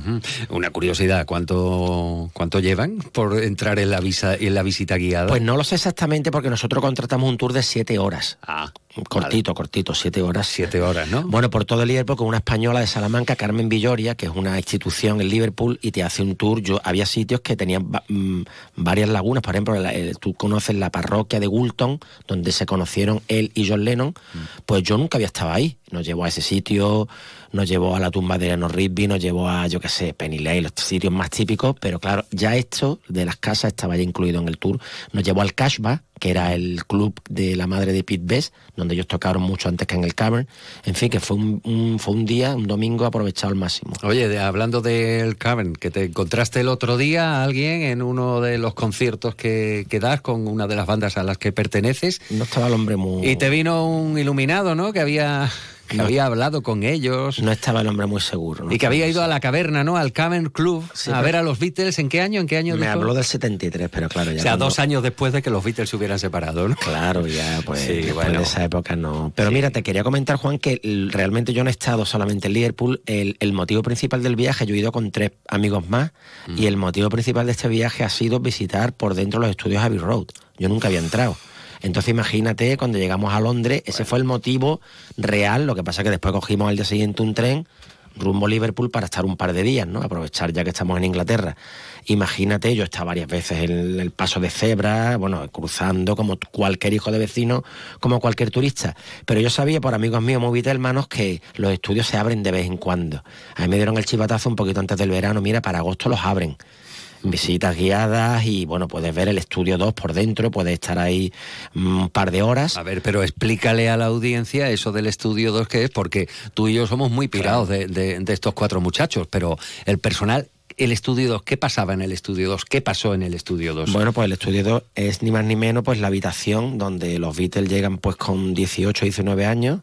Una curiosidad, ¿cuánto llevan por entrar en la visita guiada? Pues no lo sé exactamente, porque nosotros contratamos un tour de 7 horas. Cortito, 7 horas. 7 horas, ¿no? Bueno, por todo Liverpool, con una española de Salamanca, Carmen Villoria, que es una institución en Liverpool, y te hace un tour. Había sitios que tenían varias lagunas, por ejemplo, tú conoces la parroquia de Woolton, donde se conocieron él y John Lennon. Pues yo nunca había estado ahí. Nos llevó a ese sitio, nos llevó a la tumba de Eleanor Rigby, nos llevó a, yo qué sé, Penny Lane, los sitios más típicos, pero claro, ya esto de las casas estaba ya incluido en el tour. Nos llevó al Cashback, que era el club de la madre de Pete Best, donde ellos tocaron mucho antes que en el Cavern. En fin, que fue un día, un domingo aprovechado al máximo. Oye, hablando del Cavern, que te encontraste el otro día a alguien en uno de los conciertos que das con una de las bandas a las que perteneces. No estaba el hombre muy... Y te vino un iluminado, ¿no? Que había hablado con ellos. No estaba el hombre muy seguro. Y que había ido a la caverna, ¿no? Al Cavern Club, a ver a los Beatles. ¿En qué año? Me habló del 73, pero claro, ya... O sea, 2 años después de que los Beatles se hubieran separado, ¿no? Claro, ya, pues, sí, después de esa época no. Pero mira, te quería comentar, Juan, que realmente yo no he estado solamente en Liverpool. El motivo principal del viaje, yo he ido con 3 amigos más, y el motivo principal de este viaje ha sido visitar por dentro los estudios Abbey Road. Yo nunca había entrado. Entonces imagínate, cuando llegamos a Londres, ese fue el motivo real. Lo que pasa es que después cogimos al día siguiente un tren rumbo a Liverpool para estar un par de días, ¿no? Aprovechar ya que estamos en Inglaterra. Imagínate, yo he estado varias veces en el paso de cebra, bueno, cruzando como cualquier hijo de vecino, como cualquier turista. Pero yo sabía, por amigos míos muy hermanos, que los estudios se abren de vez en cuando. A mí me dieron el chivatazo un poquito antes del verano. Mira, para agosto los abren. Visitas guiadas y, bueno, puedes ver el estudio 2 por dentro, puedes estar ahí un par de horas. A ver, pero explícale a la audiencia eso del estudio 2 que es, porque tú y yo somos muy pirados de estos 4 muchachos, pero el personal... El estudio 2, ¿qué pasaba en el estudio 2? ¿Qué pasó en el estudio 2? Bueno, pues el estudio 2 es ni más ni menos pues la habitación donde los Beatles llegan pues con 18, 19 años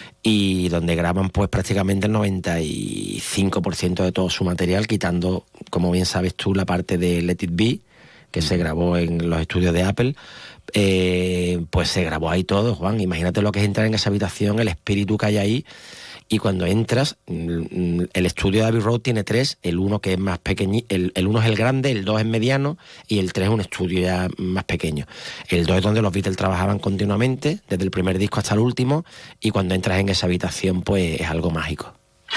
y donde graban pues prácticamente el 95% de todo su material, quitando, como bien sabes tú, la parte de Let It Be, que se grabó en los estudios de Apple. Pues se grabó ahí todo, Juan. Imagínate lo que es entrar en esa habitación, el espíritu que hay ahí. Y cuando entras, el estudio de Abbey Road tiene 3, el 1 que es más pequeño, el 1 es el grande, el 2 es mediano y el 3 es un estudio ya más pequeño. El 2 es donde los Beatles trabajaban continuamente, desde el primer disco hasta el último, y cuando entras en esa habitación pues es algo mágico.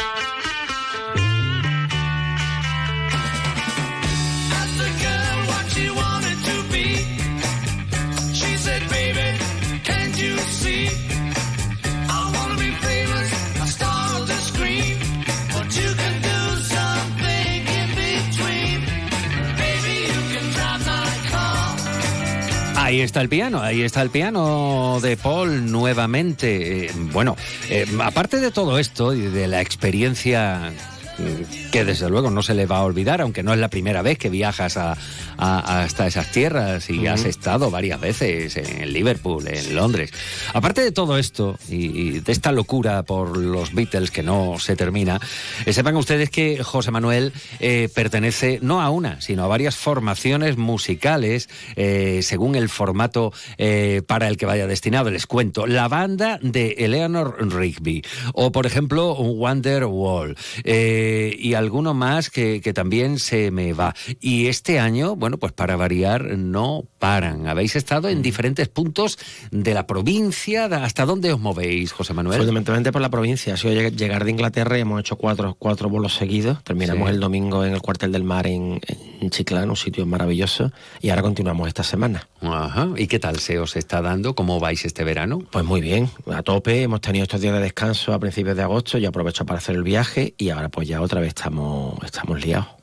Ahí está el piano de Paul nuevamente. Aparte de todo esto y de la experiencia que desde luego no se le va a olvidar, aunque no es la primera vez que viajas hasta esas tierras y has estado varias veces en Liverpool, en Londres. Aparte de todo esto y de esta locura por los Beatles que no se termina, sepan ustedes que José Manuel pertenece no a una, sino a varias formaciones musicales según el formato para el que vaya destinado. Les cuento, la banda de Eleanor Rigby o, por ejemplo, Wonderwall, y alguno más que también se me va. Y este año, bueno, pues para variar, no paran. Habéis estado en diferentes puntos de la provincia. ¿Hasta dónde os movéis, José Manuel? Fundamentalmente por la provincia. Ha sido llegar de Inglaterra y hemos hecho cuatro vuelos seguidos. Terminamos el domingo en el Cuartel del Mar en Chiclán, un sitio maravilloso. Y ahora continuamos esta semana. Ajá. ¿Y qué tal se os está dando? ¿Cómo vais este verano? Pues muy bien, a tope. Hemos tenido estos días de descanso a principios de agosto. Yo aprovecho para hacer el viaje y ahora pues ya otra vez estamos liados.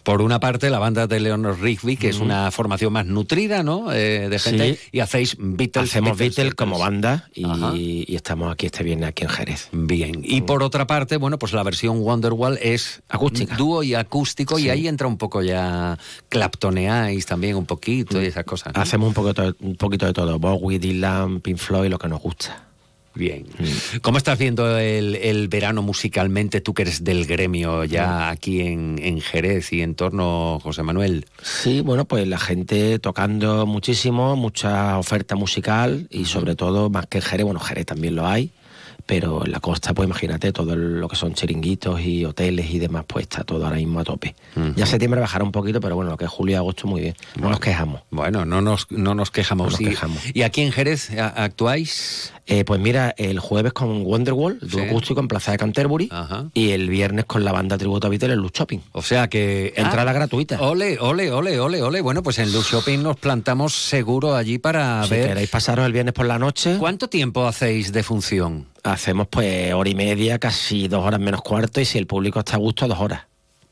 Por una parte, la banda de Eleanor Rigby, que es una formación más nutrida, ¿no? De gente, y hacéis Beatles. Hacemos Beatles como banda y estamos aquí este viernes aquí en Jerez. Bien. Y por otra parte, bueno, pues la versión Wonderwall es acústica, dúo y acústico, y ahí entra un poco ya Claptoneáis también un poquito y esas cosas, ¿no? Hacemos un poquito de todo, Bowie, Dylan, Pink Floyd, lo que nos gusta. Bien. ¿Cómo estás viendo el verano musicalmente, tú que eres del gremio ya aquí en Jerez y en torno, José Manuel? Sí, bueno, pues la gente tocando muchísimo, mucha oferta musical y sobre todo, más que en Jerez, bueno, Jerez también lo hay, pero en la costa, pues imagínate, todo lo que son chiringuitos y hoteles y demás, pues está todo ahora mismo a tope. Ya septiembre bajará un poquito, pero bueno, lo que es julio y agosto muy bien. No nos quejamos. Bueno, no nos quejamos. ¿Y aquí en Jerez actuáis? Pues mira, el jueves con Wonderwall, dúo acústico en Plaza de Canterbury, y el viernes con la banda tributo a Beatles en Luz Shopping. O sea que... entrada gratuita. Ole. Bueno, pues en Luz Shopping nos plantamos seguro allí para ver... Si queréis pasaros el viernes por la noche... ¿Cuánto tiempo hacéis de función? Hacemos pues 1 hora y media, casi 2 horas menos cuarto, y si el público está a gusto, 2 horas.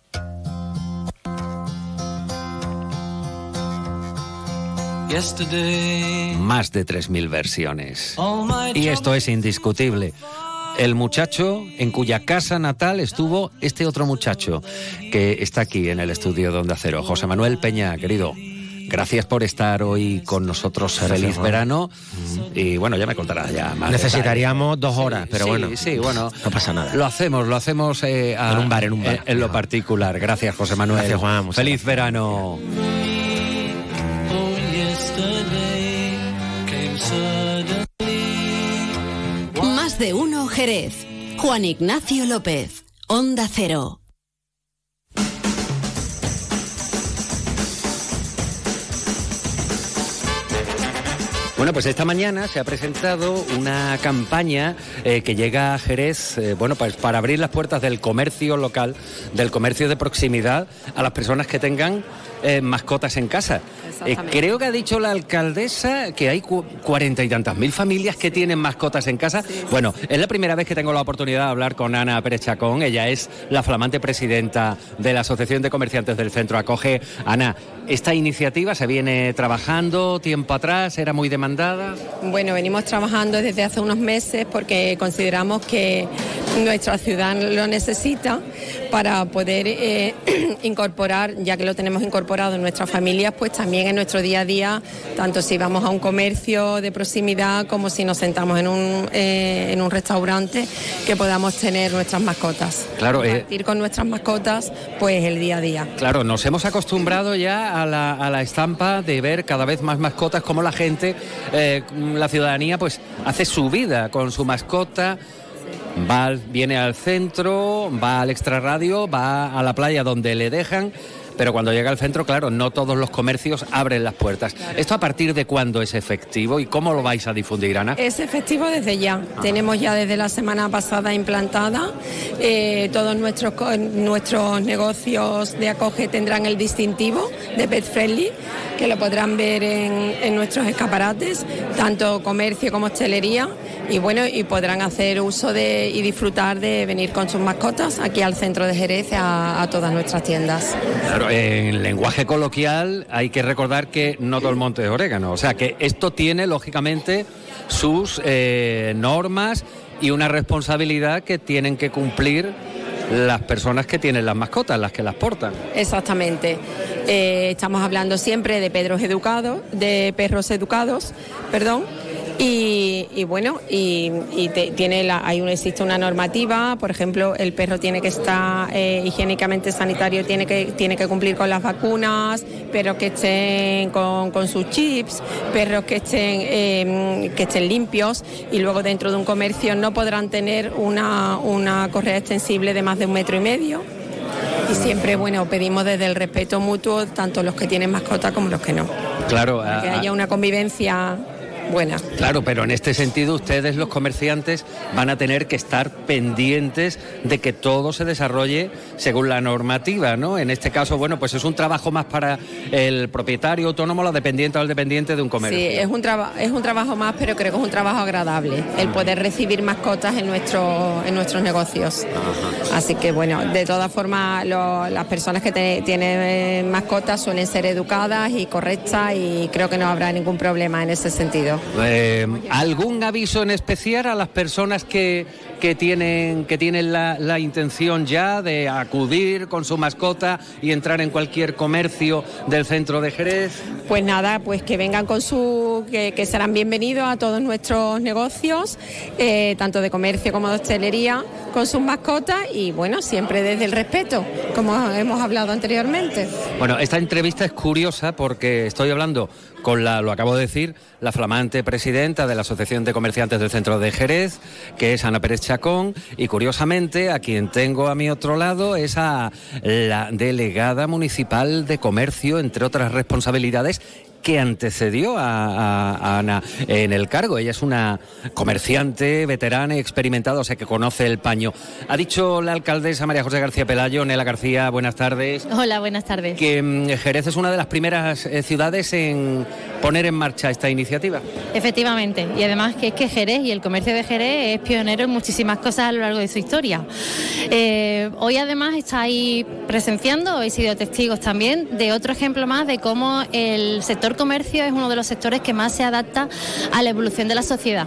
Más de 3.000 versiones. Y esto es indiscutible. El muchacho en cuya casa natal estuvo este otro muchacho que está aquí en el estudio de Onda Cero, José Manuel Peña, querido. Gracias por estar hoy con nosotros. Feliz verano. Y bueno, ya me contarás ya más. Necesitaríamos 2 horas, pero bueno. Sí, bueno. No pasa nada. Lo hacemos en un bar. En lo particular. Gracias, José Manuel. Gracias, Juan. Feliz verano. Más de uno Jerez. Juan Ignacio López. Onda Cero. Bueno, pues esta mañana se ha presentado una campaña que llega a Jerez, bueno, pues para abrir las puertas del comercio local, del comercio de proximidad, a las personas que tengan mascotas en casa. Creo que ha dicho la alcaldesa que hay 40 y tantas mil familias que tienen mascotas en casa. Sí. Bueno, es la primera vez que tengo la oportunidad de hablar con Ana Pérez Chacón. Ella es la flamante presidenta de la Asociación de Comerciantes del Centro Acoge. Ana, ¿esta iniciativa se viene trabajando tiempo atrás? ¿Era muy demandada? Bueno, venimos trabajando desde hace unos meses porque consideramos que nuestra ciudad lo necesita para poder incorporar, ya que lo tenemos incorporado en nuestras familias, pues también en nuestro día a día, tanto si vamos a un comercio de proximidad como si nos sentamos en un restaurante, que podamos tener nuestras mascotas. Claro, compartir con nuestras mascotas, pues el día a día. Claro, nos hemos acostumbrado ya a la estampa de ver cada vez más mascotas, como la gente, la ciudadanía, pues hace su vida con su mascota. Viene al centro, va al extrarradio, va a la playa donde le dejan, pero cuando llega al centro, claro, no todos los comercios abren las puertas. Claro. ¿Esto a partir de cuándo es efectivo y cómo lo vais a difundir, Ana? Es efectivo desde ya. Ajá. Tenemos ya desde la semana pasada implantada. Todos nuestros negocios de acoge tendrán el distintivo de Pet Friendly, que lo podrán ver en nuestros escaparates, tanto comercio como hostelería. Y bueno, y podrán hacer uso y disfrutar de venir con sus mascotas aquí al centro de Jerez, a todas nuestras tiendas. Claro, en lenguaje coloquial hay que recordar que no todo el monte es orégano, o sea que esto tiene lógicamente sus normas y una responsabilidad que tienen que cumplir las personas que tienen las mascotas, las que las portan. Exactamente. Estamos hablando siempre de perros educados, Y bueno, existe una normativa. Por ejemplo, el perro tiene que estar higiénicamente sanitario, tiene que cumplir con las vacunas, perros que estén con sus chips, perros que estén limpios, y luego dentro de un comercio no podrán tener una correa extensible de más de 1,5 metros. Y siempre, bueno, pedimos desde el respeto mutuo, tanto los que tienen mascota como los que no. Claro. Que haya una convivencia buena. Claro, pero en este sentido ustedes, los comerciantes, van a tener que estar pendientes de que todo se desarrolle según la normativa, ¿no? En este caso, bueno, pues es un trabajo más para el propietario autónomo, la dependiente o el dependiente de un comercio. Sí, es un trabajo más, pero creo que es un trabajo agradable, el poder recibir mascotas en nuestros negocios. Ajá. Así que, bueno, de todas formas, las personas que tienen mascotas suelen ser educadas y correctas, y creo que no habrá ningún problema en ese sentido. ¿Algún aviso en especial a las personas que tienen la intención ya de acudir con su mascota y entrar en cualquier comercio del centro de Jerez? Pues nada, pues que vengan que serán bienvenidos a todos nuestros negocios, tanto de comercio como de hostelería, con sus mascotas, y bueno, siempre desde el respeto, como hemos hablado anteriormente. Bueno, esta entrevista es curiosa porque estoy hablando con lo acabo de decir, la flamante presidenta de la Asociación de Comerciantes del Centro de Jerez, que es Ana Pérez Chacón, y curiosamente a quien tengo a mi otro lado es a la delegada municipal de comercio, entre otras responsabilidades, que antecedió a Ana en el cargo. Ella es una comerciante veterana y experimentada, o sea que conoce el paño. Ha dicho la alcaldesa María José García Pelayo, Nela García, buenas tardes. Hola, buenas tardes. Que Jerez es una de las primeras ciudades en poner en marcha esta iniciativa. Efectivamente, y además que es que Jerez y el comercio de Jerez es pionero en muchísimas cosas a lo largo de su historia. Hoy además estáis presenciando, habéis sido testigos también de otro ejemplo más de cómo el sector comercio es uno de los sectores que más se adapta a la evolución de la sociedad.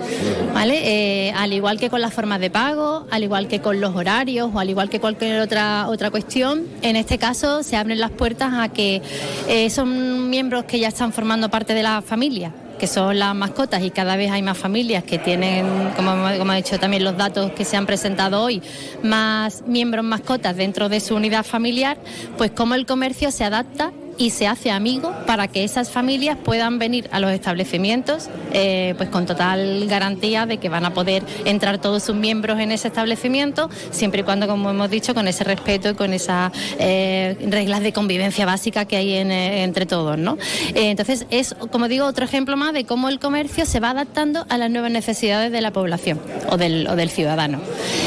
¿Vale? Al igual que con las formas de pago, al igual que con los horarios o al igual que cualquier otra cuestión, en este caso se abren las puertas a que son miembros que ya están formando parte de la familia, que son las mascotas, y cada vez hay más familias que tienen, como ha dicho también los datos que se han presentado hoy, más miembros mascotas dentro de su unidad familiar, pues cómo el comercio se adapta y se hace amigo para que esas familias puedan venir a los establecimientos pues con total garantía de que van a poder entrar todos sus miembros en ese establecimiento, siempre y cuando, como hemos dicho, con ese respeto y con esas reglas de convivencia básica que hay entre todos, ¿no? Entonces es, como digo, otro ejemplo más de cómo el comercio se va adaptando a las nuevas necesidades de la población o del ciudadano.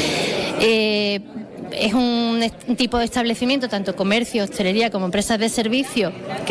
Es un tipo de establecimiento, tanto comercio, hostelería como empresas de servicio,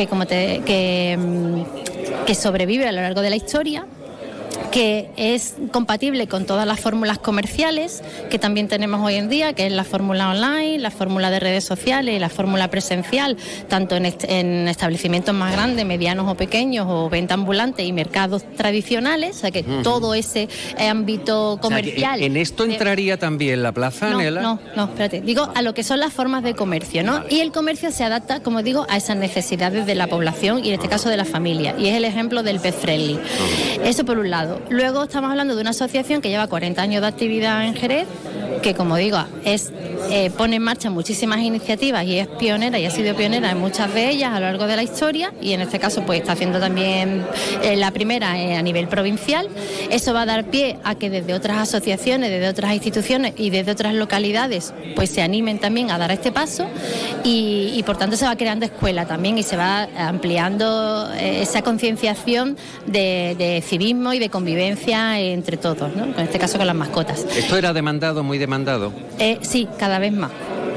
que sobrevive a lo largo de la historia, que es compatible con todas las fórmulas comerciales que también tenemos hoy en día, que es la fórmula online, la fórmula de redes sociales y la fórmula presencial, tanto en establecimientos más grandes, medianos o pequeños, o venta ambulante y mercados tradicionales, o sea que todo ese ámbito comercial. O sea, ¿en esto entraría también la plaza, Nela? No, espérate, digo a lo que son las formas de comercio, ¿no? Vale. Y el comercio se adapta, como digo, a esas necesidades de la población y en este caso de la familia, y es el ejemplo del Pet Friendly. Eso por un lado. Luego estamos hablando de una asociación que lleva 40 años de actividad en Jerez, que, como digo, pone en marcha muchísimas iniciativas y es pionera y ha sido pionera en muchas de ellas a lo largo de la historia, y en este caso pues está haciendo también la primera a nivel provincial. Eso va a dar pie a que desde otras asociaciones, desde otras instituciones y desde otras localidades pues se animen también a dar este paso, y por tanto se va creando escuela también y se va ampliando esa concienciación de civismo y de convivencia entre todos, ¿no? En este caso con las mascotas. ¿Esto era demandado, muy demandado? Sí, cada vez más.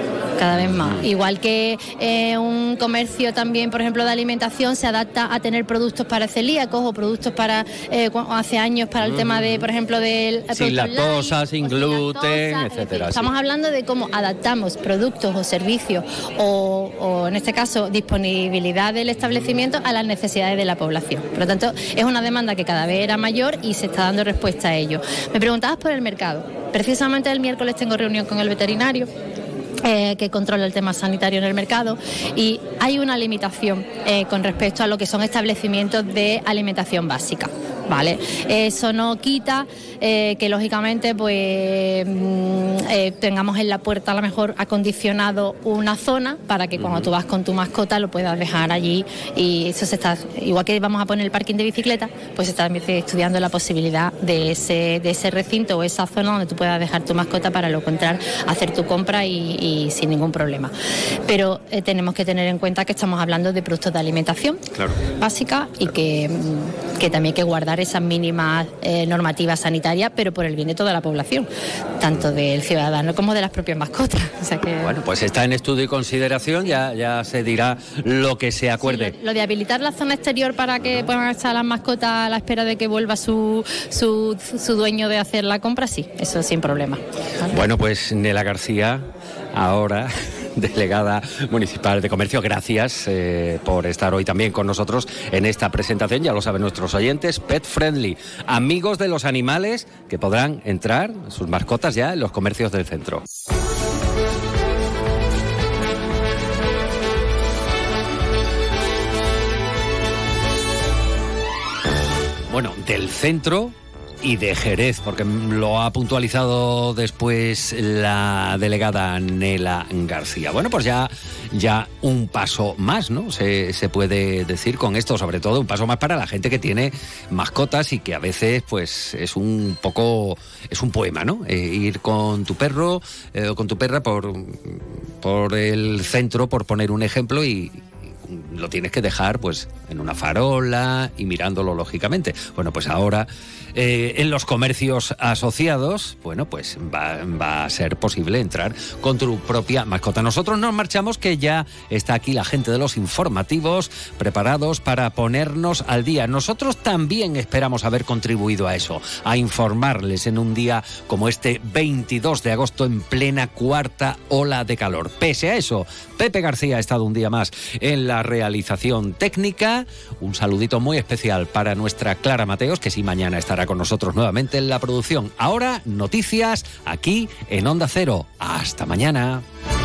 Igual que un comercio también, por ejemplo, de alimentación se adapta a tener productos para celíacos o productos para hace años para el tema de, por ejemplo, del sin lactosa, sin gluten, etcétera. Estamos hablando de cómo adaptamos productos o servicios o en este caso disponibilidad del establecimiento a las necesidades de la población. Por lo tanto, es una demanda que cada vez era mayor y se está dando respuesta a ello. Me preguntabas por el mercado. Precisamente el miércoles tengo reunión con el veterinario que controla el tema sanitario en el mercado, y hay una limitación con respecto a lo que son establecimientos de alimentación básica. ¿Vale? Eso no quita que lógicamente pues tengamos en la puerta a lo mejor acondicionado una zona para que cuando tú vas con tu mascota lo puedas dejar allí, y eso se está, igual que vamos a poner el parking de bicicleta, pues se está estudiando la posibilidad de ese recinto o esa zona donde tú puedas dejar tu mascota para luego entrar a hacer tu compra y sin ningún problema. Pero tenemos que tener en cuenta que estamos hablando de productos de alimentación básica y que que también hay que guardar esas mínimas normativas sanitarias, pero por el bien de toda la población, tanto del ciudadano como de las propias mascotas. O sea que... Bueno, pues está en estudio y consideración, ya se dirá lo que se acuerde. Sí, lo de habilitar la zona exterior para que puedan estar las mascotas a la espera de que vuelva su dueño de hacer la compra, sí, eso sin problema. ¿Vale? Bueno, pues Nela García, ahora delegada municipal de comercio, gracias por estar hoy también con nosotros en esta presentación. Ya lo saben nuestros oyentes, Pet Friendly, amigos de los animales que podrán entrar, sus mascotas ya, en los comercios del centro. Bueno, del centro y de Jerez, porque lo ha puntualizado después la delegada Nela García. Bueno, pues ya un paso más, ¿no? Se puede decir con esto, sobre todo un paso más para la gente que tiene mascotas y que a veces pues es un poema, ¿no? Ir con tu perro o con tu perra por el centro, por poner un ejemplo, y lo tienes que dejar pues en una farola y mirándolo lógicamente. Bueno, pues ahora en los comercios asociados, bueno, pues va a ser posible entrar con tu propia mascota. Nosotros nos marchamos, que ya está aquí la gente de los informativos preparados para ponernos al día. Nosotros también esperamos haber contribuido a eso, a informarles en un día como este 22 de agosto en plena cuarta ola de calor. Pese a eso, Pepe García ha estado un día más en la realización técnica. Un saludito muy especial para nuestra Clara Mateos, que sí, mañana estará con nosotros nuevamente en la producción. Ahora, noticias aquí en Onda Cero. Hasta mañana.